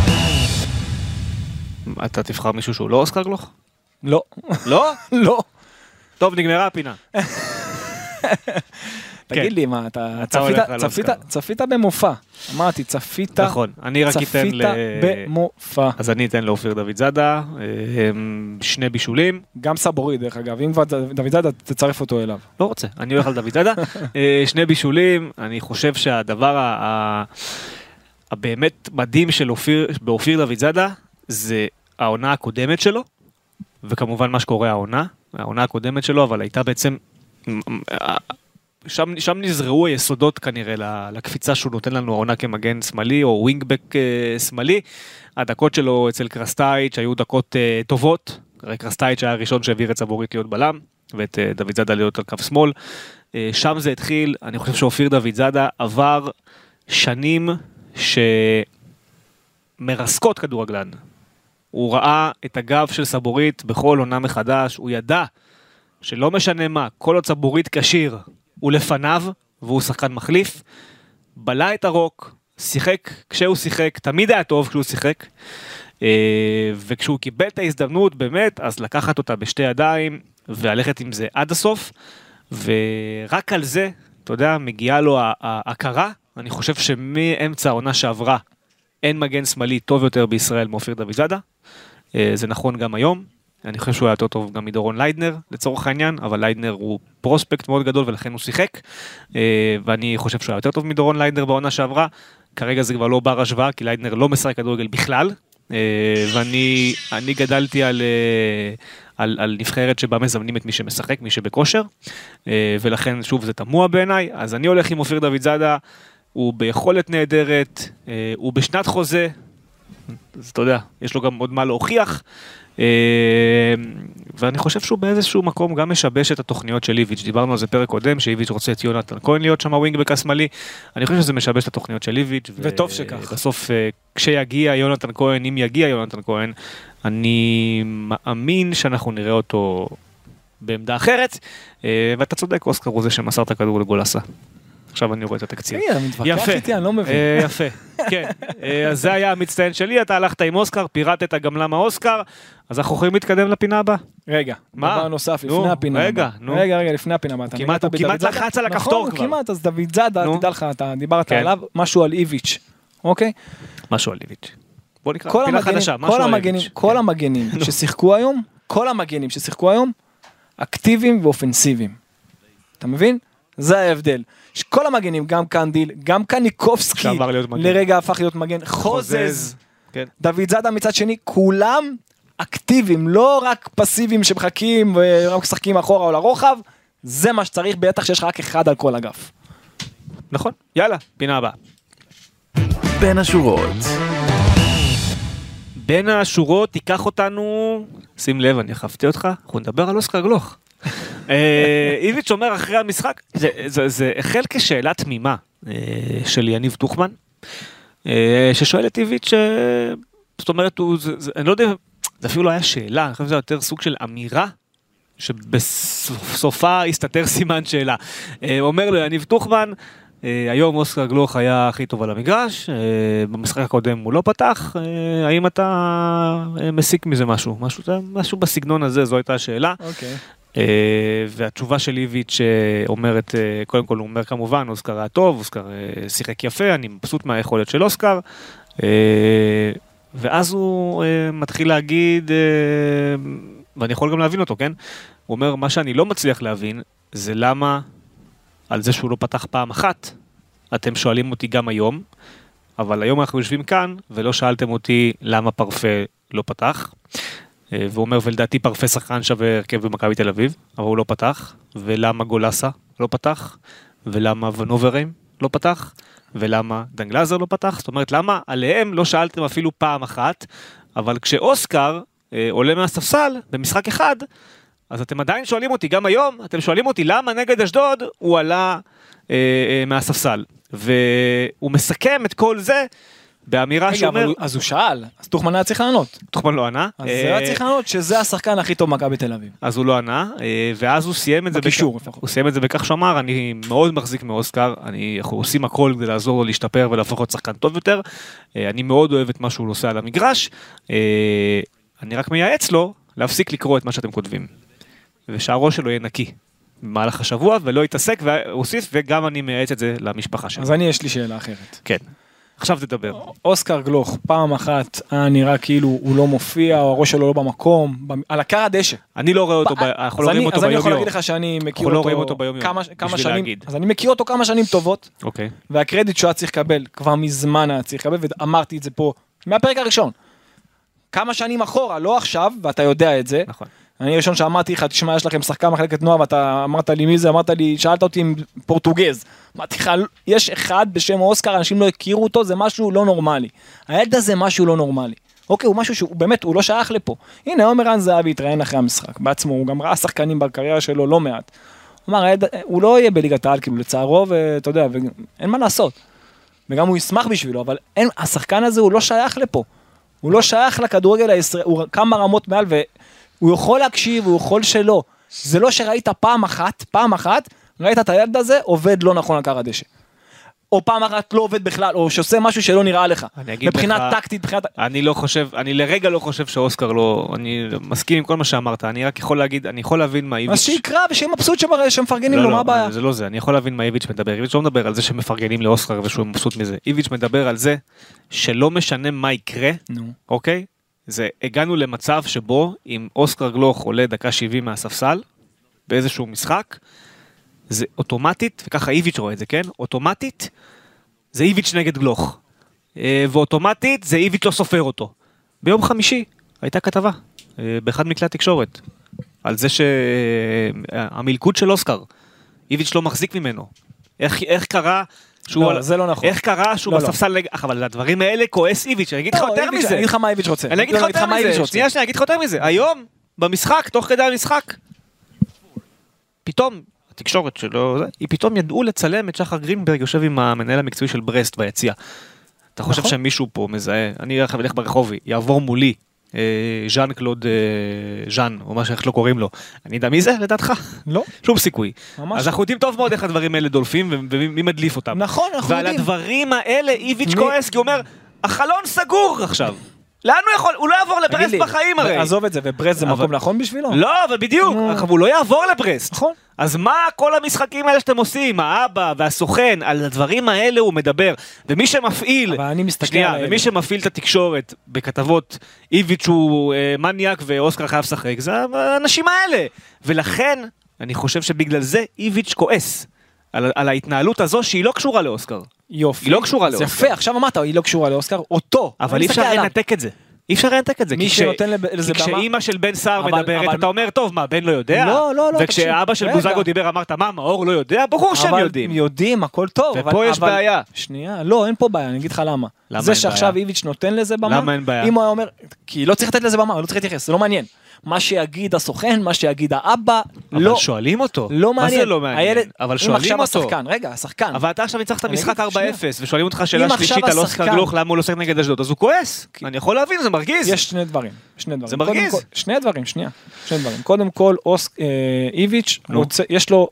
אתה תבחר מישהו שהוא לא אוסקר גלוך? לא. לא? לא. טוב, נגמרה הפינה. תגיד לי, מה, אתה צפית במופע. אמרתי, צפית נכון, אני רק אתן ל... במופע. אז אני אתן לאופיר דוד זאדה, שני בישולים. גם סבורי, דרך אגב, אם כבר דוד זאדה, תצרף אותו אליו. לא רוצה, אני הולך על דוד זאדה. שני בישולים, אני חושב שהדבר הבאמת מדהים של באופיר דוד זאדה, זה העונה הקודמת שלו, וכמובן מה שקורה העונה, העונה הקודמת שלו, אבל הייתה בעצם... שם, שם נזרעו היסודות כנראה לקפיצה שהוא נותן לנו העונה כמגן שמאלי או ווינגבק שמאלי. הדקות שלו אצל קרסטייץ' היו דקות uh, טובות, הרי קרסטייץ' היה הראשון שהעביר את סבורית להיות בלם ואת uh, דוד זאדה להיות על קו שמאל. Uh, שם זה התחיל, אני חושב שאופיר דוד זאדה עבר שנים שמרסקות כדורגלן. הוא ראה את הגב של סבורית בכל עונה מחדש, הוא ידע שלא משנה מה, כל עוד סבורית כשיר הוא לפניו, והוא שחקן מחליף, בלה את הרוק, שיחק כשהוא שיחק, תמיד היה טוב כשהוא שיחק, וכשהוא קיבל את ההזדמנות באמת, אז לקחת אותה בשתי ידיים, והלכת עם זה עד הסוף, ורק על זה, אתה יודע, מגיעה לו ההכרה, אני חושב שמאמצע העונה שעברה, אין מגן שמאלי טוב יותר בישראל מאופיר דוד זאדה, זה נכון גם היום, אני חושב שהוא היה יותר טוב גם מדורון ליידנר, לצורך העניין, אבל ליידנר הוא פרוספקט מאוד גדול, ולכן הוא שיחק, ואני חושב שהוא היה יותר טוב מדורון ליידנר בעונה שעברה, כרגע זה כבר לא בר השוואה, כי ליידנר לא משחק כדורגל בכלל, ואני אני גדלתי על, על, על נבחרת שבה מזמנים את מי שמשחק, מי שבכושר, ולכן שוב זה תמוה בעיניי, אז אני הולך עם אופיר דוד זאדה, הוא ביכולת נהדרת, הוא בשנת חוזה, אז אתה יודע, יש לו גם עוד מה להוכיח, ואני חושב שהוא באיזשהו מקום גם משבש את התוכניות של איביץ', דיברנו על זה פרק קודם, שאיביץ' רוצה את יונתן כהן להיות שם הווינגבק השמאלי, אני חושב שזה משבש את התוכניות של איביץ', וטוב שכך. בסוף כשיגיע יונתן כהן, אם יגיע יונתן כהן, אני מאמין שאנחנו נראה אותו בעמדה אחרת, ואתה צודק, אוסקר הוא זה שמסר את הכדור לגולסה. עכשיו אני רואה את התקציר. מתווכח איתי, אני לא מבין. יפה, כן. אז זה היה המצטיין שלי, אתה הלכת עם אוסקר, פירטת גם למה אוסקר, אז אנחנו יכולים להתקדם לפינה הבאה. רגע, דבר נוסף, לפני הפינה הבאה. רגע, נו. רגע, רגע, לפני הפינה הבאה. כמעט, הוא כמעט לחץ על הכפתור כבר. נכון, כמעט, אז דוד זאדה, תדע לך, אתה דיברת עליו, משהו על איביץ', אוקיי? משהו על איביץ'. בוא נקרא, פינה חדשה, משהו על איביץ'. כל המגנים ששיחקו היום, כל המגנים ששיחקו היום, אקטיביים ואופנסיביים. אתה מבין? זה ההבדל. שכל המגנים, גם קנדיל, גם קניקובסקי, לרגע הפך להיות מגן, חוזז, דוד זאדה מצד שני, כולם אקטיביים, לא רק פסיביים שמחכים ורק משחקים אחורה או לרוחב, זה מה שצריך, בטח שיש לך רק אחד על כל אגף. נכון, יאללה, פינה הבאה. בין השורות. בין השורות תיקח אותנו, שים לב, אני חפתי אותך, אנחנו נדבר על אוסקר גלוך. איביץ' אומר אחרי המשחק, זה, זה, זה החל כשאלה תמימה של יניב טוחמן, ששואל את איביץ', זאת אומרת, הוא, זה, זה, אני לא יודע, זה אפילו לא היה שאלה, אני חושב שזה יותר סוג של אמירה, שבסופה הסתתר סימן שאלה. אומר לו יניב טוחמן, היום אוסקר גלוך היה הכי טוב על המגרש, במשחק הקודם הוא לא פתח, האם אתה מסיק מזה משהו? משהו, משהו בסגנון הזה, זו הייתה השאלה. אוקיי. והתשובה של איביץ' אומרת, קודם כל הוא אומר כמובן, אוסקר היה טוב, אוסקר שיחק יפה, אני מבסוט מהיכולת של אוסקר, ואז הוא מתחיל להגיד, ואני יכול גם להבין אותו, כן? הוא אומר, מה שאני לא מצליח להבין, זה למה על זה שהוא לא פתח פעם אחת, אתם שואלים אותי גם היום, אבל היום אנחנו יושבים כאן, ולא שאלתם אותי למה פרפה לא פתח, והוא אומר, ולדעתי פרפה שחקן שווה הרכב במכבי תל אביב, אבל הוא לא פתח, ולמה גולסה לא פתח, ולמה ונוברים לא פתח, ולמה דנגלזר לא פתח, זאת אומרת, למה עליהם לא שאלתם אפילו פעם אחת, אבל כשאוסקר אה, עולה מהספסל במשחק אחד, אז אתם עדיין שואלים אותי, גם היום, אתם שואלים אותי למה נגד אשדוד הוא עלה אה, אה, מהספסל, והוא מסכם את כל זה, באמירה שאומר... רגע, אז הוא שאל, אז טוחמן היה צריך לענות. טוחמן לא ענה. אז זה היה צריך לענות שזה השחקן הכי טוב מכבי בתל אביב. אז הוא לא ענה, ואז הוא סיים את זה בקישור. הוא סיים את זה בכך שאמר, אני מאוד מחזיק מאוסקר, אנחנו עושים הכל כדי לעזור לו להשתפר ולהפוך להיות שחקן טוב יותר, אני מאוד אוהב את מה שהוא עושה על המגרש, אני רק מייעץ לו להפסיק לקרוא את מה שאתם כותבים, ושהראש שלו יהיה נקי במהלך השבוע, ולא יתעסק, והוסיף, וגם אני מייעץ את זה למשפחה שלו. אז אני יש לי שאלה אחרת. כן. עכשיו תדבר. אוסקר גלוך, פעם אחת היה נראה כאילו הוא לא מופיע, או הראש שלו לא במקום, על הקר הדשא. אני לא רואה אותו, אנחנו לא רואים אותו ביום יום. אז אני יכול להגיד לך שאני מכיר אותו כמה שנים, אז אני מכיר אותו כמה שנים טובות, והקרדיט שהוא היה צריך לקבל, כבר מזמן היה צריך לקבל, ואמרתי את זה פה, מהפרק הראשון. כמה שנים אחורה, לא עכשיו, ואתה יודע את זה. נכון. אני ראשון שאמרתי לך, תשמע, יש לכם שחקן מחלקת נוער, ואתה אמרת לי מי זה, אמרת לי, שאלת אותי עם פורטוגז. אמרתי לך, יש אחד בשם אוסקר, אנשים לא הכירו אותו, זה משהו לא נורמלי. הילד הזה משהו לא נורמלי. אוקיי, הוא משהו שהוא באמת, הוא לא שייך לפה. הנה, עומר רן זהבי התראיין אחרי המשחק, בעצמו, הוא גם ראה שחקנים בקריירה שלו לא מעט. הוא אמר, הילד, הוא לא יהיה בליגת העל, כאילו, לצערו, ואתה יודע, ואין מה לעשות. וגם הוא ישמח בשבילו, אבל אין, השחקן הזה הוא לא שייך לפה. הוא לא שייך לכדורגל הישראל, הוא כמה רמות מעל, והוא יכול להקשיב, הוא יכול שלא. זה לא שראית פעם אחת, פעם אחת, ראית את הילד הזה, עובד לא נכון על קר הדשא. או פעם אחת לא עובד בכלל, או שעושה משהו שלא נראה לך. מבחינה טקטית, מבחינת... אני לא חושב, אני לרגע לא חושב שאוסקר לא, אני מסכים עם כל מה שאמרת, אני רק יכול להגיד, אני יכול להבין מה איביץ'... אז שיקרא ושיהיה מבסוט שמפרגנים לו, מה הבעיה? זה לא זה, אני יכול להבין מה איביץ' מדבר. איביץ' לא מדבר על זה שמפרגנים לאוסקר ושהוא מבסוט מזה. איביץ' מדבר על זה שלא משנה מה יקרה, אוקיי? זה, הגענו למצב שבו אם אוסקר גלוך עולה דקה שבעים מהספסל, באיזשהו משחק, זה אוטומטית, וככה איביץ' רואה את זה, כן? אוטומטית, זה איביץ' נגד גלוך. ואוטומטית, זה איביץ' לא סופר אותו. ביום חמישי, הייתה כתבה, באחד מכלי התקשורת, על זה שהמלכוד של אוסקר, איביץ' לא מחזיק ממנו. איך, איך קרה... לא, זה לא נכון. איך קרה שהוא בספסל, אבל הדברים האלה כועס איביץ', אני אגיד לך יותר מזה. אני אגיד לך מה איביץ' רוצה. אני אגיד לך יותר מזה, שנייה שנייה, אני אגיד לך יותר מזה. היום, במשחק, תוך כדי המשחק, פתאום, התקשורת שלו, היא פתאום ידעו לצלם את שחר גרינברג, יושב עם המנהל המקצועי של ברסט ביציאה. אתה חושב שמישהו פה מזהה, אני אלך ברחובי, יעבור מולי, ז'אן קלוד ז'אן, או מה שאיך לא קוראים לו. אני יודע מי זה, לדעתך? לא. שום סיכוי. אז אנחנו יודעים טוב מאוד איך הדברים האלה דולפים, ומי מדליף אותם. נכון, אנחנו יודעים. ועל הדברים האלה איביץ' כועס, כי הוא אומר, החלון סגור עכשיו. לאן הוא יכול? הוא לא יעבור לברסט בחיים הרי. עזוב את זה, וברסט זה מקום נכון בשבילו? לא, אבל בדיוק, הוא לא יעבור לברסט. נכון. אז מה כל המשחקים האלה שאתם עושים, האבא והסוכן, על הדברים האלה הוא מדבר, ומי שמפעיל, שנייה, ומי שמפעיל את התקשורת בכתבות, איביץ' הוא מניאק ואוסקר חייב לשחק, זה האנשים האלה. ולכן, אני חושב שבגלל זה איביץ' כועס, על, על ההתנהלות הזו שהיא לא קשורה לאוסקר. יופי. היא לא קשורה לאוסקר. זה יפה, עכשיו אמרת, היא לא קשורה לאוסקר, אותו. אבל אי אפשר לנתק את זה. אי אפשר לנתק את זה. מי שנותן לזה במה... כשאימא של בן סער מדברת, אתה אומר, טוב, מה, בן לא יודע? לא, לא, לא. וכשאבא של בוזגו דיבר, אמרת, מה, מאור לא יודע? ברור שהם יודעים. אבל יודעים, הכל טוב. ופה יש בעיה. שנייה, לא, אין פה בעיה, אני אגיד לך למה. זה שעכשיו איביץ' נותן לזה במה. למה אין בעיה? אם הוא אומר, כי לא צריך לתת לזה במה, לא צריך להתייחס, זה לא מעניין. מה שיגיד הסוכן, מה שיגיד האבא, לא. אבל שואלים אותו. לא מעניין. מה זה לא מעניין? אבל שואלים אותו. השחקן, רגע, השחקן. אבל אתה עכשיו ניצחת משחק ארבע אפס, ושואלים אותך שאלה שלישית על אוסקר גלוך, למה הוא לא שחק נגד אשדוד, אז הוא כועס. אני יכול להבין, זה מרגיז. יש שני דברים. שני דברים. זה מרגיז. שני דברים, שנייה. שני דברים. קודם כל, איביץ', יש לו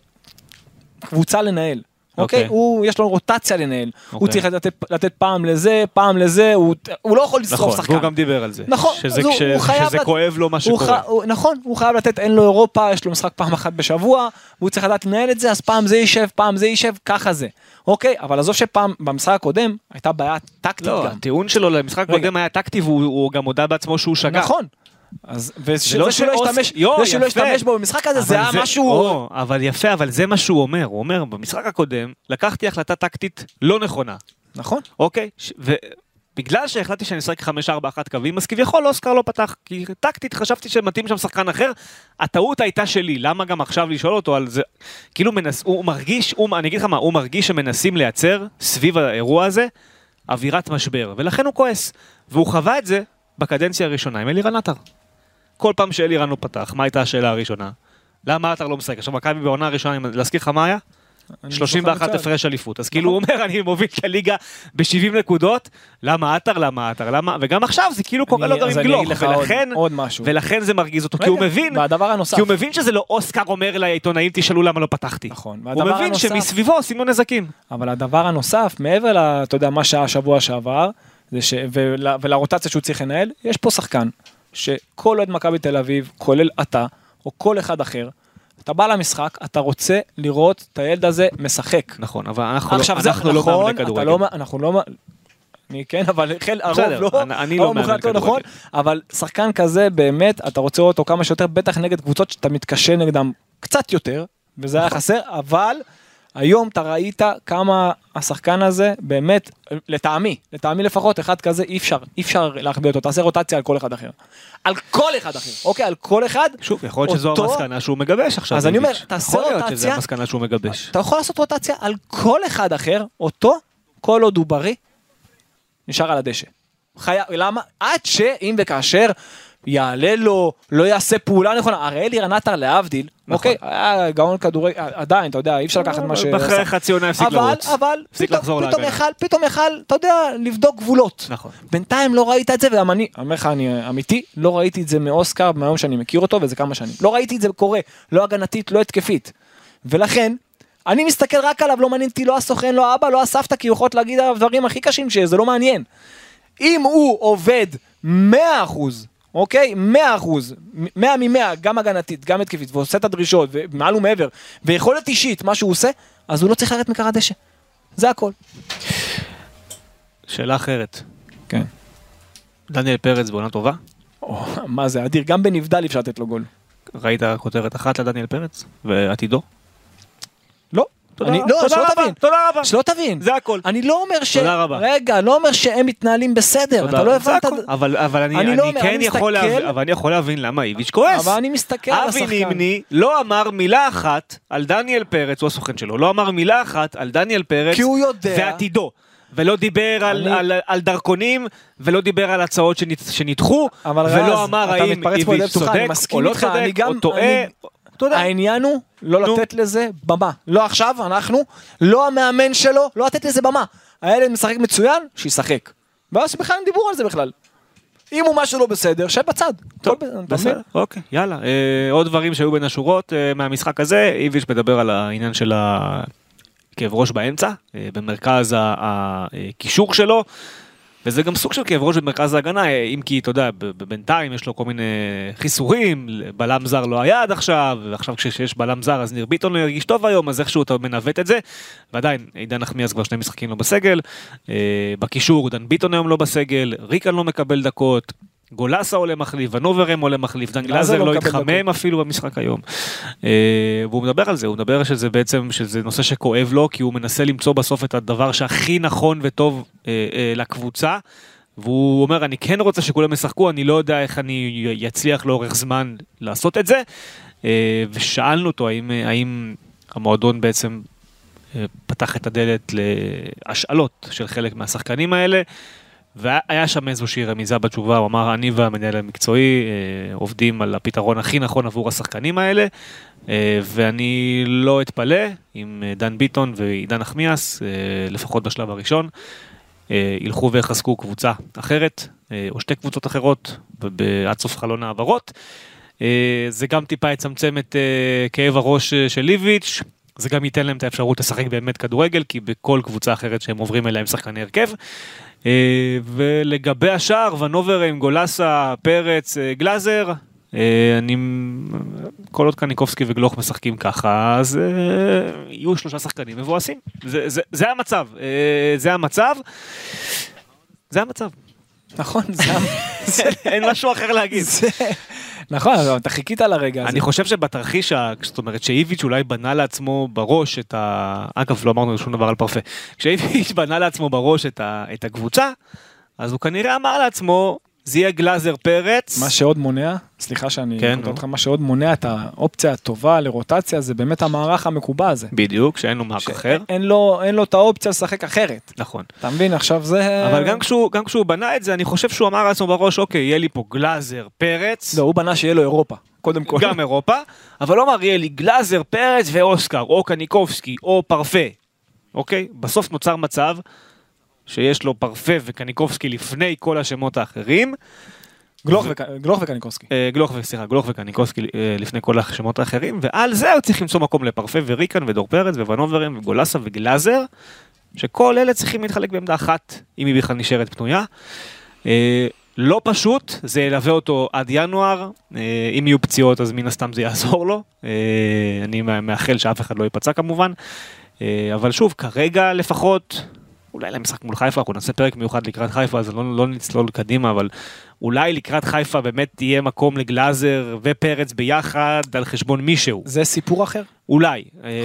קבוצה לנהל. אוקיי? הוא, יש לו רוטציה לנהל. הוא צריך לתת פעם לזה, פעם לזה, הוא לא יכול לשרוף שחקן. נכון, והוא גם דיבר על זה. נכון. שזה כואב לו מה שקורה. נכון, הוא חייב לתת, אין לו אירופה, יש לו משחק פעם אחת בשבוע, והוא צריך לדעת לנהל את זה, אז פעם זה יישב, פעם זה יישב, ככה זה. אוקיי? אבל עזוב שפעם, במשחק הקודם, הייתה בעיה טקטית גם. לא, הטיעון שלו למשחק הקודם היה טקטי, והוא גם הודע בעצמו שהוא שגה. נכון. אז זה שלא ישתמש בו במשחק הזה, זה היה משהו... אבל יפה, אבל זה מה שהוא אומר. הוא אומר, במשחק הקודם, לקחתי החלטה טקטית לא נכונה. נכון. אוקיי? ובגלל שהחלטתי שאני אשחק חמש ארבע אחת קווים, אז כביכול אוסקר לא פתח, כי טקטית חשבתי שמתאים שם שחקן אחר, הטעות הייתה שלי, למה גם עכשיו לשאול אותו על זה? כאילו מנס, הוא מרגיש, הוא, אני אגיד לך מה, הוא מרגיש שמנסים לייצר סביב האירוע הזה, אווירת משבר, ולכן הוא כועס, והוא חווה את זה בקדנציה הראשונה עם אלירן עטר. כל פעם שאלירן לא פתח, מה הייתה השאלה הראשונה? למה עטר לא משחק? עכשיו מכבי בעונה הראשונה, להזכיר לך מה היה? שלושים ואחת הפרש אליפות. אז כאילו הוא אומר, אני מוביל את הליגה ב-שבעים נקודות, למה עטר, למה עטר, למה... וגם עכשיו זה כאילו קורה לו גם עם גלוך, ולכן זה מרגיז אותו, כי הוא מבין, כי הוא מבין שזה לא אוסקר אומר לעיתונאים, תשאלו למה לא פתחתי. נכון. הוא מבין שמסביבו עושים לו נזקים. אבל הדבר הנוסף, מעבר ל... אתה יודע, מה שהיה השבוע שעבר, ולרוטציה שהוא צריך לנהל, יש פה שחקן, שכל עוד מכבי תל אביב, כולל אתה, או כל אחד אחר, אתה בא למשחק, אתה רוצה לראות את הילד הזה משחק. נכון, אבל אנחנו לא, אנחנו לא מאמני כדורגל. אנחנו לא, אני כן, אבל הרוב לא, אני לא מאמן כדורגל. נכון, אבל שחקן כזה באמת, אתה רוצה לראות אותו כמה שיותר, בטח נגד קבוצות שאתה מתקשה נגדם קצת יותר, וזה היה חסר, אבל היום אתה ראית כמה השחקן הזה באמת, לטעמי, לטעמי לפחות, אחד כזה אי אפשר, אי אפשר להחביא אותו, תעשה רוטציה על כל אחד אחר. על כל אחד אחר, אוקיי, על כל אחד. שוב, יכול להיות שזו המסקנה שהוא מגבש עכשיו. אז אני אומר, תעשה רוטציה. יכול להיות שזו המסקנה שהוא מגבש. אתה יכול לעשות רוטציה על כל אחד אחר, אותו, כל עוד הוא בריא, נשאר על הדשא. למה? עד שאם וכאשר יעלה לו, לא יעשה פעולה נכונה, הרי אלירן עטר להבדיל, אוקיי, היה גאון כדורגל, עדיין, אתה יודע, אי אפשר לקחת מה ש... אחרי חצי עונה הפסיק לרוץ. אבל, אבל, פתאום יכל, אתה יודע, לבדוק גבולות. נכון. בינתיים לא ראית את זה, ואני, אומר לך, אני אמיתי, לא ראיתי את זה מאוסקר, מהיום שאני מכיר אותו, וזה כמה שנים. לא ראיתי את זה קורה, לא הגנתית, לא התקפית. ולכן, אני מסתכל רק עליו, לא מעניין אותי, לא הסוכן, לא האבא, לא הסבתא, כי הוא יכול להגיד עליו דברים הכי קשים שזה לא מעניין. אם הוא עובד מאה אחוז, אוקיי? מאה אחוז, מאה ממאה, גם הגנתית, גם התקפית, ועושה את הדרישות, ומעל ומעבר, ויכולת אישית, מה שהוא עושה, אז הוא לא צריך לרדת מקר הדשא. זה הכל. שאלה אחרת. כן. דניאל פרץ בעונה טובה? או, מה זה, אדיר, גם בנבדל אפשר לתת לו גול. ראית כותרת אחת לדניאל פרץ? ועתידו? לא. תודה, אני, רבה, לא, תודה שלא רבה, תבין, תודה רבה. שלא תבין. זה הכל. אני לא אומר ש... תודה רבה. רגע, לא אומר שהם מתנהלים בסדר, אתה לא הבנת... אבל, אבל אני, אני, אני, לא אני אומר, כן אני יכול מסתכל... להבין, אבל אני יכול להבין למה איביץ' כועס. אבל אני מסתכל על השחקן. אבי נימני לא אמר מילה אחת על דניאל פרץ, הוא הסוכן שלו, לא אמר מילה אחת על דניאל פרץ ועתידו. ולא דיבר על, אני... על, על דרכונים, ולא דיבר על הצעות שנדחו, ולא רז, אמר האם איביץ' צודק או לא צודק, או טועה. העניין הוא לא לתת לזה במה. לא עכשיו, אנחנו, לא המאמן שלו, לא לתת לזה במה. הילד משחק מצוין, שישחק. ואז בכלל הם דיבור על זה בכלל. אם הוא משהו לא בסדר, שב בצד. טוב, בסדר, אוקיי, יאללה. עוד דברים שהיו בין השורות מהמשחק הזה, איביץ' מדבר על העניין של הכאב ראש באמצע, במרכז הקישור שלו, וזה גם סוג של כאב ראש במרכז ההגנה, אם כי, אתה יודע, בינתיים יש לו כל מיני חיסורים, בלם זר לא היה עד עכשיו, ועכשיו כשיש בלם זר, אז ניר ביטון לא ירגיש טוב היום, אז איכשהו אתה מנווט את זה, ועדיין, עידן נחמיאס כבר שני משחקים לא בסגל, בקישור, דן ביטון היום לא בסגל, ריקן לא מקבל דקות, גולסה עולה מחליף, ונוברם עולה מחליף, דן גלאזר לא התחמם אפילו במשחק היום. והוא מדבר על זה, הוא מדבר שזה בעצם, שזה נושא שכואב לו, כי הוא מנסה למצוא בסוף את הדבר שהכי נכון וטוב לקבוצה, והוא אומר, אני כן רוצה שכולם ישחקו, אני לא יודע איך אני יצליח לאורך זמן לעשות את זה, ושאלנו אותו, האם, האם המועדון בעצם פתח את הדלת להשאלות של חלק מהשחקנים האלה, והיה שם איזושהי רמיזה בתשובה, הוא אמר, אני והמנהל המקצועי עובדים על הפתרון הכי נכון עבור השחקנים האלה, ואני לא אתפלא עם דן ביטון ועידן נחמיאס, לפחות בשלב הראשון, ילכו ויחזקו קבוצה אחרת, או שתי קבוצות אחרות, עד סוף חלון העברות. זה גם טיפה יצמצם את כאב הראש של איביץ', זה גם ייתן להם את האפשרות לשחק באמת כדורגל, כי בכל קבוצה אחרת שהם עוברים אליה הם שחקני הרכב. ולגבי השאר, ונוברם, גולסה, פרץ, גלאזר, אני, כל עוד קניקובסקי וגלוך משחקים ככה, אז יהיו שלושה שחקנים מבואסים. זה, זה, זה המצב, זה המצב, זה המצב. נכון, זה, אין משהו אחר להגיד. נכון, אתה חיכית על הרגע הזה. אני חושב שבתרחיש, זאת אומרת, שאיביץ' אולי בנה לעצמו בראש את ה... אגב, לא אמרנו שום דבר על פרפה. כשאיביץ' בנה לעצמו בראש את הקבוצה, אז הוא כנראה אמר לעצמו, זה יהיה גלאזר פרץ. מה שעוד מונע, סליחה שאני כן, קוטע אותך, מה שעוד מונע את האופציה הטובה לרוטציה, זה באמת המערך המקובע הזה. בדיוק, שאין לו מערך אחר. אין לו, אין לו את האופציה לשחק אחרת. נכון. אתה מבין, עכשיו זה... אבל גם כשהוא, גם כשהוא בנה את זה, אני חושב שהוא אמר לעצמו בראש, אוקיי, יהיה לי פה גלאזר פרץ. לא, הוא בנה שיהיה לו אירופה, קודם כל. גם אירופה, אבל לא אמר, יהיה לי גלאזר פרץ ואוסקר, או קניקובסקי, או פרפה. אוקיי? בסוף נוצר מצב שיש לו פרפה וקניקובסקי לפני כל השמות האחרים. גלוך, ו... גלוך וקניקובסקי. גלוך, סליחה, גלוך וקניקובסקי לפני כל השמות האחרים, ועל זה הוא צריך למצוא מקום לפרפה וריקן ודור פרץ וונוברים וגולסה וגלאזר, שכל אלה צריכים להתחלק בעמדה אחת, אם היא בכלל נשארת פנויה. לא פשוט, זה ילווה אותו עד ינואר, אם יהיו פציעות אז מן הסתם זה יעזור לו, אני מאחל שאף אחד לא ייפצע כמובן, אבל שוב, כרגע לפחות... אולי למשחק מול חיפה, אנחנו נעשה פרק מיוחד לקראת חיפה, אז לא, לא נצלול קדימה, אבל אולי לקראת חיפה באמת תהיה מקום לגלאזר ופרץ ביחד על חשבון מישהו. זה סיפור אחר? אולי,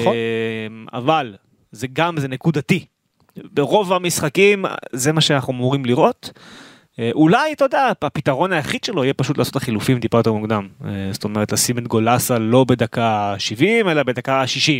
אבל זה גם, זה נקודתי. ברוב המשחקים זה מה שאנחנו אמורים לראות. אולי, אתה יודע, הפתרון היחיד שלו יהיה פשוט לעשות החילופים טיפה יותר מוקדם. זאת אומרת, לשים את גולסה לא בדקה שבעים, אלא בדקה שישים.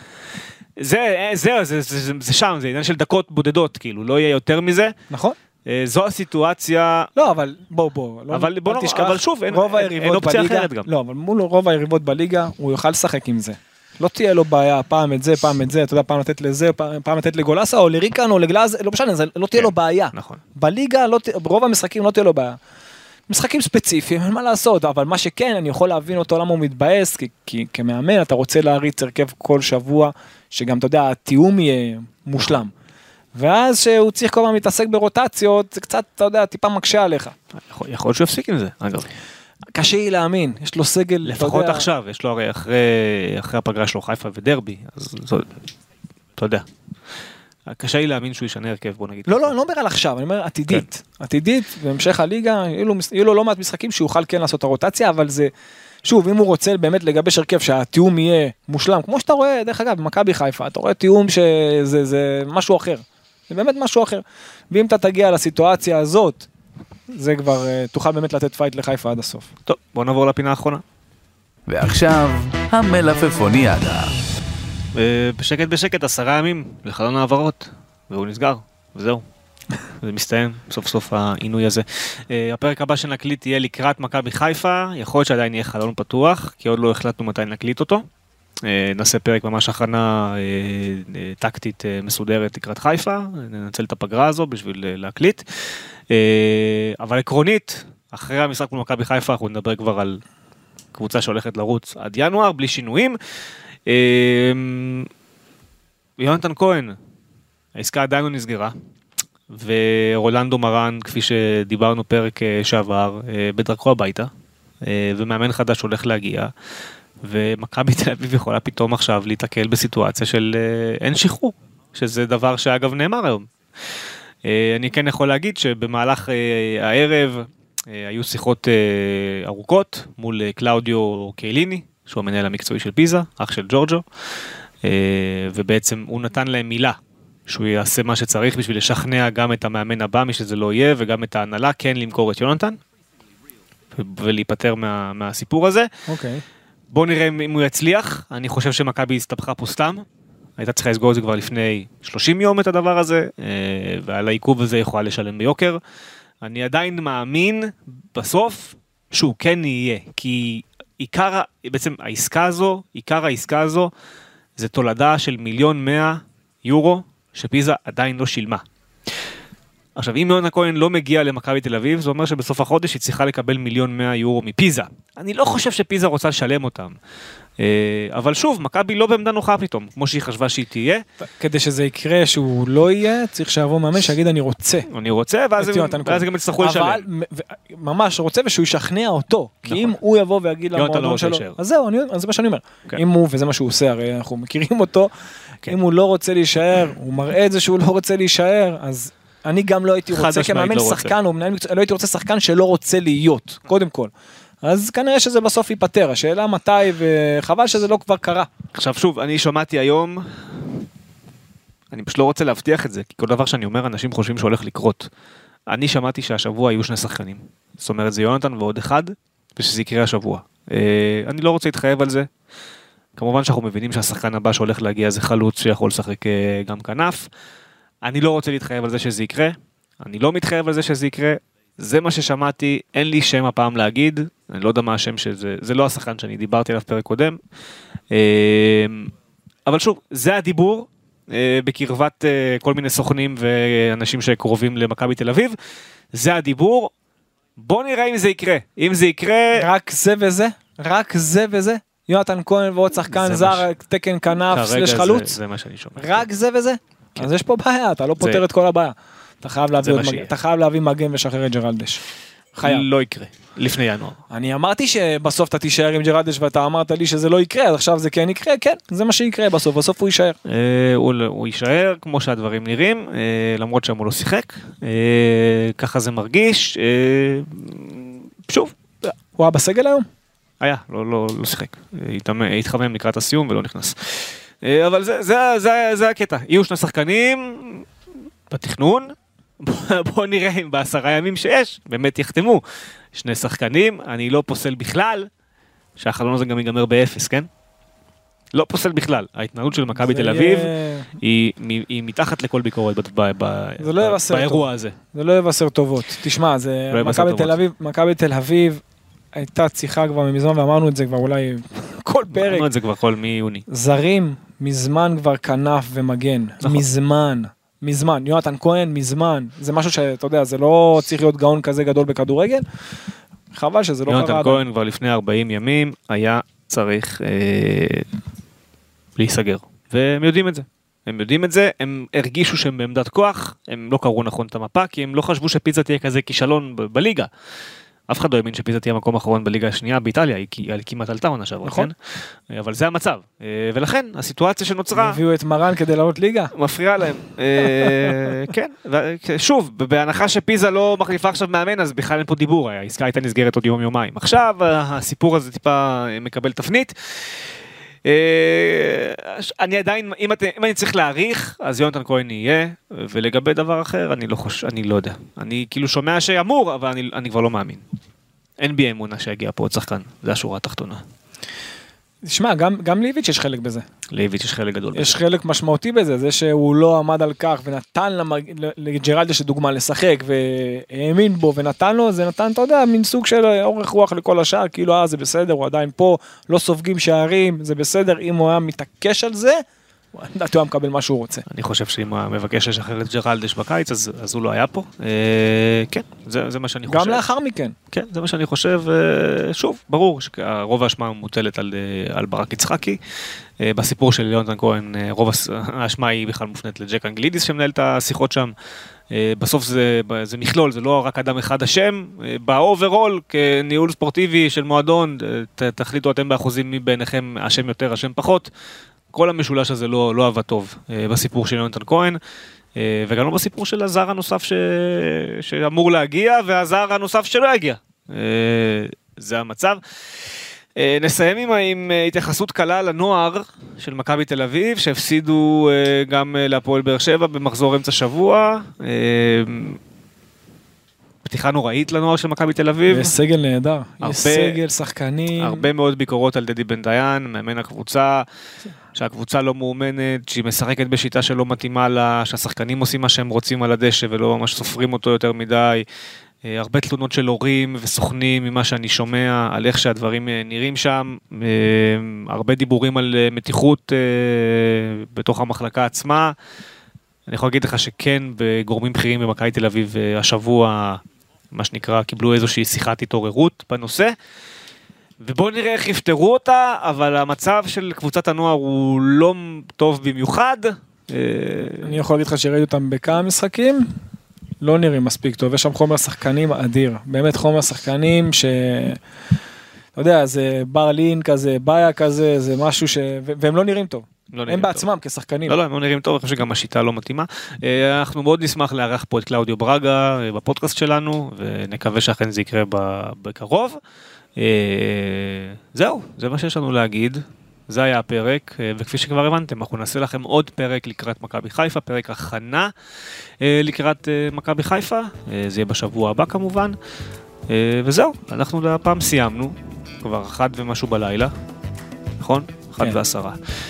זה, זה, זה, זה, זה שם, זה עניין של דקות בודדות, כאילו, לא יהיה יותר מזה. נכון. זו הסיטואציה... לא, אבל בוא, בוא, לא, אבל, בוא, תשכח, אבל שוב, אין, רוב אין, אין אופציה בליגה, אחרת גם. לא, אבל מול רוב היריבות בליגה, הוא יוכל לשחק עם זה. לא תהיה לו בעיה, פעם את זה, פעם את זה, אתה יודע, פעם לתת לזה, פעם, פעם לתת לגולסה, או לריקן, או לגלאז, לא משנה, זה לא תהיה כן, לו בעיה. נכון. בליגה, לא, ברוב המשחקים לא תהיה לו בעיה. משחקים ספציפיים, אין מה לעשות, אבל מה שכן, אני יכול להבין אותו למה הוא מתבאס, כי, כי כמאמן אתה רוצה להריץ הרכב כל שבוע, שגם, אתה יודע, התיאום יהיה מושלם. ואז שהוא צריך כל הזמן להתעסק ברוטציות, זה קצת, אתה יודע, טיפה מקשה עליך. יכול, יכול להיות שהוא יפסיק עם זה, אגב. קשה לי להאמין, יש לו סגל, לפחות יודע... עכשיו, יש לו הרי אחרי, אחרי הפגרה שלו חיפה ודרבי, אז זו, אתה יודע. קשה לי להאמין שהוא ישנה הרכב, בוא נגיד. לא, לא, אני לא אומר על עכשיו, אני אומר עתידית. כן. עתידית, בהמשך הליגה, יהיו לו, יהיו לו לא מעט משחקים שיוכל כן לעשות את הרוטציה, אבל זה, שוב, אם הוא רוצה באמת לגבש הרכב שהתיאום יהיה מושלם, כמו שאתה רואה, דרך אגב, במכבי חיפה, אתה רואה תיאום שזה זה משהו אחר. זה באמת משהו אחר. ואם אתה תגיע לסיטואציה הזאת, זה כבר, תוכל באמת לתת פייט לחיפה עד הסוף. טוב, בוא נעבור לפינה האחרונה. ועכשיו, המלפפוניאדה. בשקט בשקט, עשרה ימים לחלון העברות, והוא נסגר, וזהו. זה מסתיים, סוף סוף העינוי הזה. הפרק הבא שנקליט יהיה לקראת מכבי חיפה, יכול להיות שעדיין יהיה חלון פתוח, כי עוד לא החלטנו מתי נקליט אותו. נעשה פרק ממש הכנה טקטית מסודרת לקראת חיפה, ננצל את הפגרה הזו בשביל להקליט. אבל עקרונית, אחרי המשחק מול מכבי חיפה, אנחנו נדבר כבר על קבוצה שהולכת לרוץ עד ינואר, בלי שינויים. יונתן כהן, העסקה עדיין לא נסגרה, ורולנדו מרן, כפי שדיברנו פרק שעבר, בדרכו הביתה, ומאמן חדש הולך להגיע, ומכבי תל אביב יכולה פתאום עכשיו להתקל בסיטואציה של אין שחרור, שזה דבר שאגב נאמר היום. אני כן יכול להגיד שבמהלך הערב היו שיחות ארוכות מול קלאודיו קייליני, שהוא המנהל המקצועי של פיזה, אח של ג'ורג'ו, ובעצם הוא נתן להם מילה, שהוא יעשה מה שצריך בשביל לשכנע גם את המאמן הבא, מי שזה לא יהיה, וגם את ההנהלה, כן למכור את יונתן, ולהיפטר מה, מהסיפור הזה. אוקיי. בואו נראה אם הוא יצליח, אני חושב שמכבי הסתבכה פה סתם, הייתה צריכה לסגור את זה כבר לפני שלושים יום את הדבר הזה, ועל העיכוב הזה יכולה לשלם ביוקר. אני עדיין מאמין בסוף שהוא כן יהיה, כי עיקר, בעצם העסקה הזו, עיקר העסקה הזו, זה תולדה של מיליון מאה יורו, שפיזה עדיין לא שילמה. עכשיו, אם יונתן כהן לא מגיע למכבי תל אביב, זה אומר שבסוף החודש היא צריכה לקבל מיליון מאה יורו מפיזה. אני לא חושב שפיזה רוצה לשלם אותם. אבל שוב, מכבי לא בעמדה נוחה פתאום, כמו שהיא חשבה שהיא תהיה. כדי שזה יקרה שהוא לא יהיה, צריך שיבוא מאמן שיגיד אני רוצה. אני רוצה, ואז הם גם יצטרכו לשלם. אבל ממש רוצה ושהוא ישכנע אותו. כי אם הוא יבוא ויגיד למועדון שלו, אז זהו, זה מה שאני אומר. אם הוא, וזה מה שהוא עושה, הרי אנחנו מכירים אותו, אם הוא לא רוצה להישאר, הוא מראה את זה שהוא לא רוצה להישאר, אז אני גם לא הייתי רוצה כמאמן שחקן, או מנהל מקצועי, לא הייתי רוצה שחקן שלא רוצה להיות, קודם כל. אז כנראה שזה בסוף ייפטר, השאלה מתי, וחבל שזה לא כבר קרה. עכשיו שוב, אני שמעתי היום, אני פשוט לא רוצה להבטיח את זה, כי כל דבר שאני אומר, אנשים חושבים שהולך לקרות. אני שמעתי שהשבוע יהיו שני שחקנים. זאת אומרת, זה יונתן ועוד אחד, ושזה יקרה השבוע. אני לא רוצה להתחייב על זה. כמובן שאנחנו מבינים שהשחקן הבא שהולך להגיע זה חלוץ שיכול לשחק גם כנף. אני לא רוצה להתחייב על זה שזה יקרה. אני לא מתחייב על זה שזה יקרה. זה מה ששמעתי, אין לי שם הפעם להגיד. אני לא יודע מה השם שזה, זה לא השחקן שאני דיברתי עליו פרק קודם. אבל שוב, זה הדיבור בקרבת כל מיני סוכנים ואנשים שקרובים למכבי תל אביב. זה הדיבור. בוא נראה אם זה יקרה. אם זה יקרה... רק זה וזה? רק זה וזה? יונתן כהן ועוד שחקן זר, תקן כנף, סלש חלוץ? זה מה שאני שומע. רק זה וזה? אז יש פה בעיה, אתה לא פותר את כל הבעיה. אתה חייב להביא מגן ושחרר את ג'רלדש. חייב. לא יקרה, לפני ינואר. אני אמרתי שבסוף אתה תישאר עם ג'רלדש ואתה אמרת לי שזה לא יקרה, אז עכשיו זה כן יקרה, כן, זה מה שיקרה בסוף, בסוף הוא יישאר. הוא יישאר כמו שהדברים נראים, למרות שהוא לא שיחק, ככה זה מרגיש, שוב. הוא היה בסגל היום? היה, לא שיחק, התחמם לקראת הסיום ולא נכנס. אבל זה הקטע, יהיו שני שחקנים בתכנון, בואו נראה אם בעשרה ימים שיש, באמת יחתמו שני שחקנים, אני לא פוסל בכלל, שהחלון הזה גם ייגמר באפס, כן? לא פוסל בכלל, ההתנהלות של מכבי תל אביב, היא מתחת לכל ביקורת באירוע הזה. זה לא יבשר טובות, תשמע, מכבי תל אביב, הייתה צריכה כבר מזמן, ואמרנו את זה כבר אולי כל פרק. אמרנו את זה כבר כל מיוני. זרים, מזמן כבר כנף ומגן, מזמן. מזמן, יונתן כהן מזמן, זה משהו שאתה יודע, זה לא צריך להיות גאון כזה גדול בכדורגל, חבל שזה לא קרה. יונתן כהן כבר לפני ארבעים ימים היה צריך אה, להיסגר, והם יודעים את זה, הם יודעים את זה, הם הרגישו שהם בעמדת כוח, הם לא קראו נכון את המפה, כי הם לא חשבו שפיזה תהיה כזה כישלון ב- בליגה, אף אחד לא האמין שפיזה תהיה מקום אחרון בליגה השנייה באיטליה, היא כמעט עלתה עונה שעברה, נכון? כן? אבל זה המצב, ולכן הסיטואציה שנוצרה... הביאו את מרן כדי לעלות ליגה? מפריע להם, כן, שוב, בהנחה שפיזה לא מחליפה עכשיו מאמן, אז בכלל אין פה דיבור, העסקה הייתה נסגרת עוד יום יומיים. עכשיו הסיפור הזה טיפה מקבל תפנית, אני עדיין, אם אני צריך להעריך, אז יונתן כהן יהיה, ולגבי דבר אחר, אני לא חושב, אני לא יודע. אני כאילו שומע שאמור, אבל אני, אני כבר לא מאמין. אין בי אמונה שהגיע פה עוד שחקן, זה השורה התחתונה. תשמע, גם, גם ליביץ' יש חלק בזה. ליביץ' יש חלק גדול. יש בזה. חלק משמעותי בזה, זה שהוא לא עמד על כך, ונתן לג'רלדש דוגמה לשחק, והאמין בו, ונתן לו, זה נתן, אתה יודע, מין סוג של אורך רוח לכל השאר, כאילו, אה, זה בסדר, הוא עדיין פה, לא סופגים שערים, זה בסדר, אם הוא היה מתעקש על זה, לדעתי הוא היה מקבל מה שהוא רוצה. אני חושב שאם הוא מבקש לשחרר את ג'רלדש בקיץ, אז, אז הוא לא היה פה. אה, כן, זה, זה מה שאני חושב. גם לאחר מכן. כן, זה מה שאני חושב. אה, שוב, ברור שרוב האשמה מוטלת על, על ברק יצחקי. אה, בסיפור של יונתן כהן, אה, רוב האשמה היא בכלל מופנית לג'ק אנגלידיס שמנהל את השיחות שם. אה, בסוף זה, זה מכלול, זה לא רק אדם אחד השם. אה, באוברול, כניהול ספורטיבי של מועדון, ת, תחליטו אתם באחוזים מביניכם השם יותר, השם פחות. כל המשולש הזה לא, לא עבד טוב אה, בסיפור של יונתן כהן, אה, וגם לא בסיפור של הזר הנוסף ש... שאמור להגיע, והזר הנוסף שלא יגיע. אה, זה המצב. אה, נסיים עם, עם התייחסות קלה לנוער של מכבי תל אביב, שהפסידו אה, גם להפועל באר שבע במחזור אמצע שבוע. אה, פתיחה נוראית לנוער של מכבי תל אביב. יש סגל נהדר, יש סגל, שחקנים. הרבה מאוד ביקורות על דדי בן דיין, מאמן הקבוצה, שהקבוצה לא מאומנת, שהיא משחקת בשיטה שלא מתאימה לה, שהשחקנים עושים מה שהם רוצים על הדשא ולא ממש סופרים אותו יותר מדי. הרבה תלונות של הורים וסוכנים ממה שאני שומע על איך שהדברים נראים שם. הרבה דיבורים על מתיחות בתוך המחלקה עצמה. אני יכול להגיד לך שכן, בגורמים בכירים במכבי תל אביב השבוע, מה שנקרא, קיבלו איזושהי שיחת התעוררות בנושא, ובואו נראה איך יפתרו אותה, אבל המצב של קבוצת הנוער הוא לא טוב במיוחד. אני יכול להגיד לך שראיתי אותם בכמה משחקים, לא נראים מספיק טוב, יש שם חומר שחקנים אדיר, באמת חומר שחקנים ש... אתה יודע, זה ברלין כזה, ביה כזה, זה משהו ש... והם לא נראים טוב. לא הם בעצמם טוב. כשחקנים. לא, לא, הם לא נראים טוב, אני חושב שגם השיטה לא מתאימה. אנחנו מאוד נשמח לארח פה את קלאודיו ברגה בפודקאסט שלנו, ונקווה שאכן זה יקרה בקרוב. זהו, זה מה שיש לנו להגיד. זה היה הפרק, וכפי שכבר הבנתם, אנחנו נעשה לכם עוד פרק לקראת מכבי חיפה, פרק הכנה לקראת מכבי חיפה, זה יהיה בשבוע הבא כמובן, וזהו, אנחנו לפעם סיימנו, כבר אחת ומשהו בלילה, נכון? אחת ועשרה.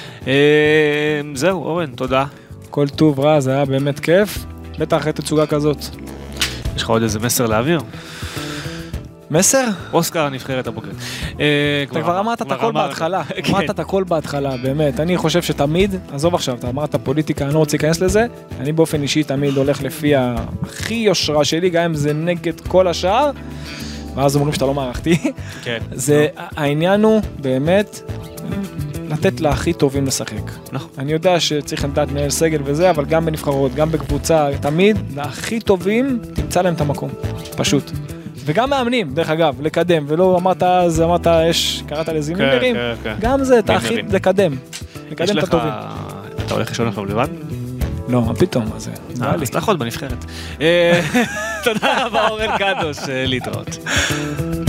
זהו, אורן, תודה. כל טוב רע, זה היה באמת כיף, בטח אחרי תצוגה כזאת. יש לך עוד איזה מסר להעביר? מסר? אוסקר הנבחרת הבוגרת. אתה כבר אמרת את הכל בהתחלה, אמרת את הכל בהתחלה, באמת. אני חושב שתמיד, עזוב עכשיו, אתה אמרת פוליטיקה, אני לא רוצה להיכנס לזה, אני באופן אישי תמיד הולך לפי הכי יושרה שלי, גם אם זה נגד כל השאר, ואז אומרים שאתה לא מערכתי. זה, העניין הוא באמת לתת להכי טובים לשחק. אני יודע שצריך לדעת מנהל סגל וזה, אבל גם בנבחרות, גם בקבוצה, תמיד, להכי טובים, תמצא להם את המקום. פשוט. וגם מאמנים, דרך אגב, לקדם, ולא אמרת אז, אמרת, יש, קראת לזה מינגרים, גם זה, תאחית, לקדם, לקדם את הטובים. אתה הולך לישון עכשיו לבד? לא, מה פתאום, מה זה? אז אתה יכול בנבחרת. תודה רבה, אורן קדוש, להתראות.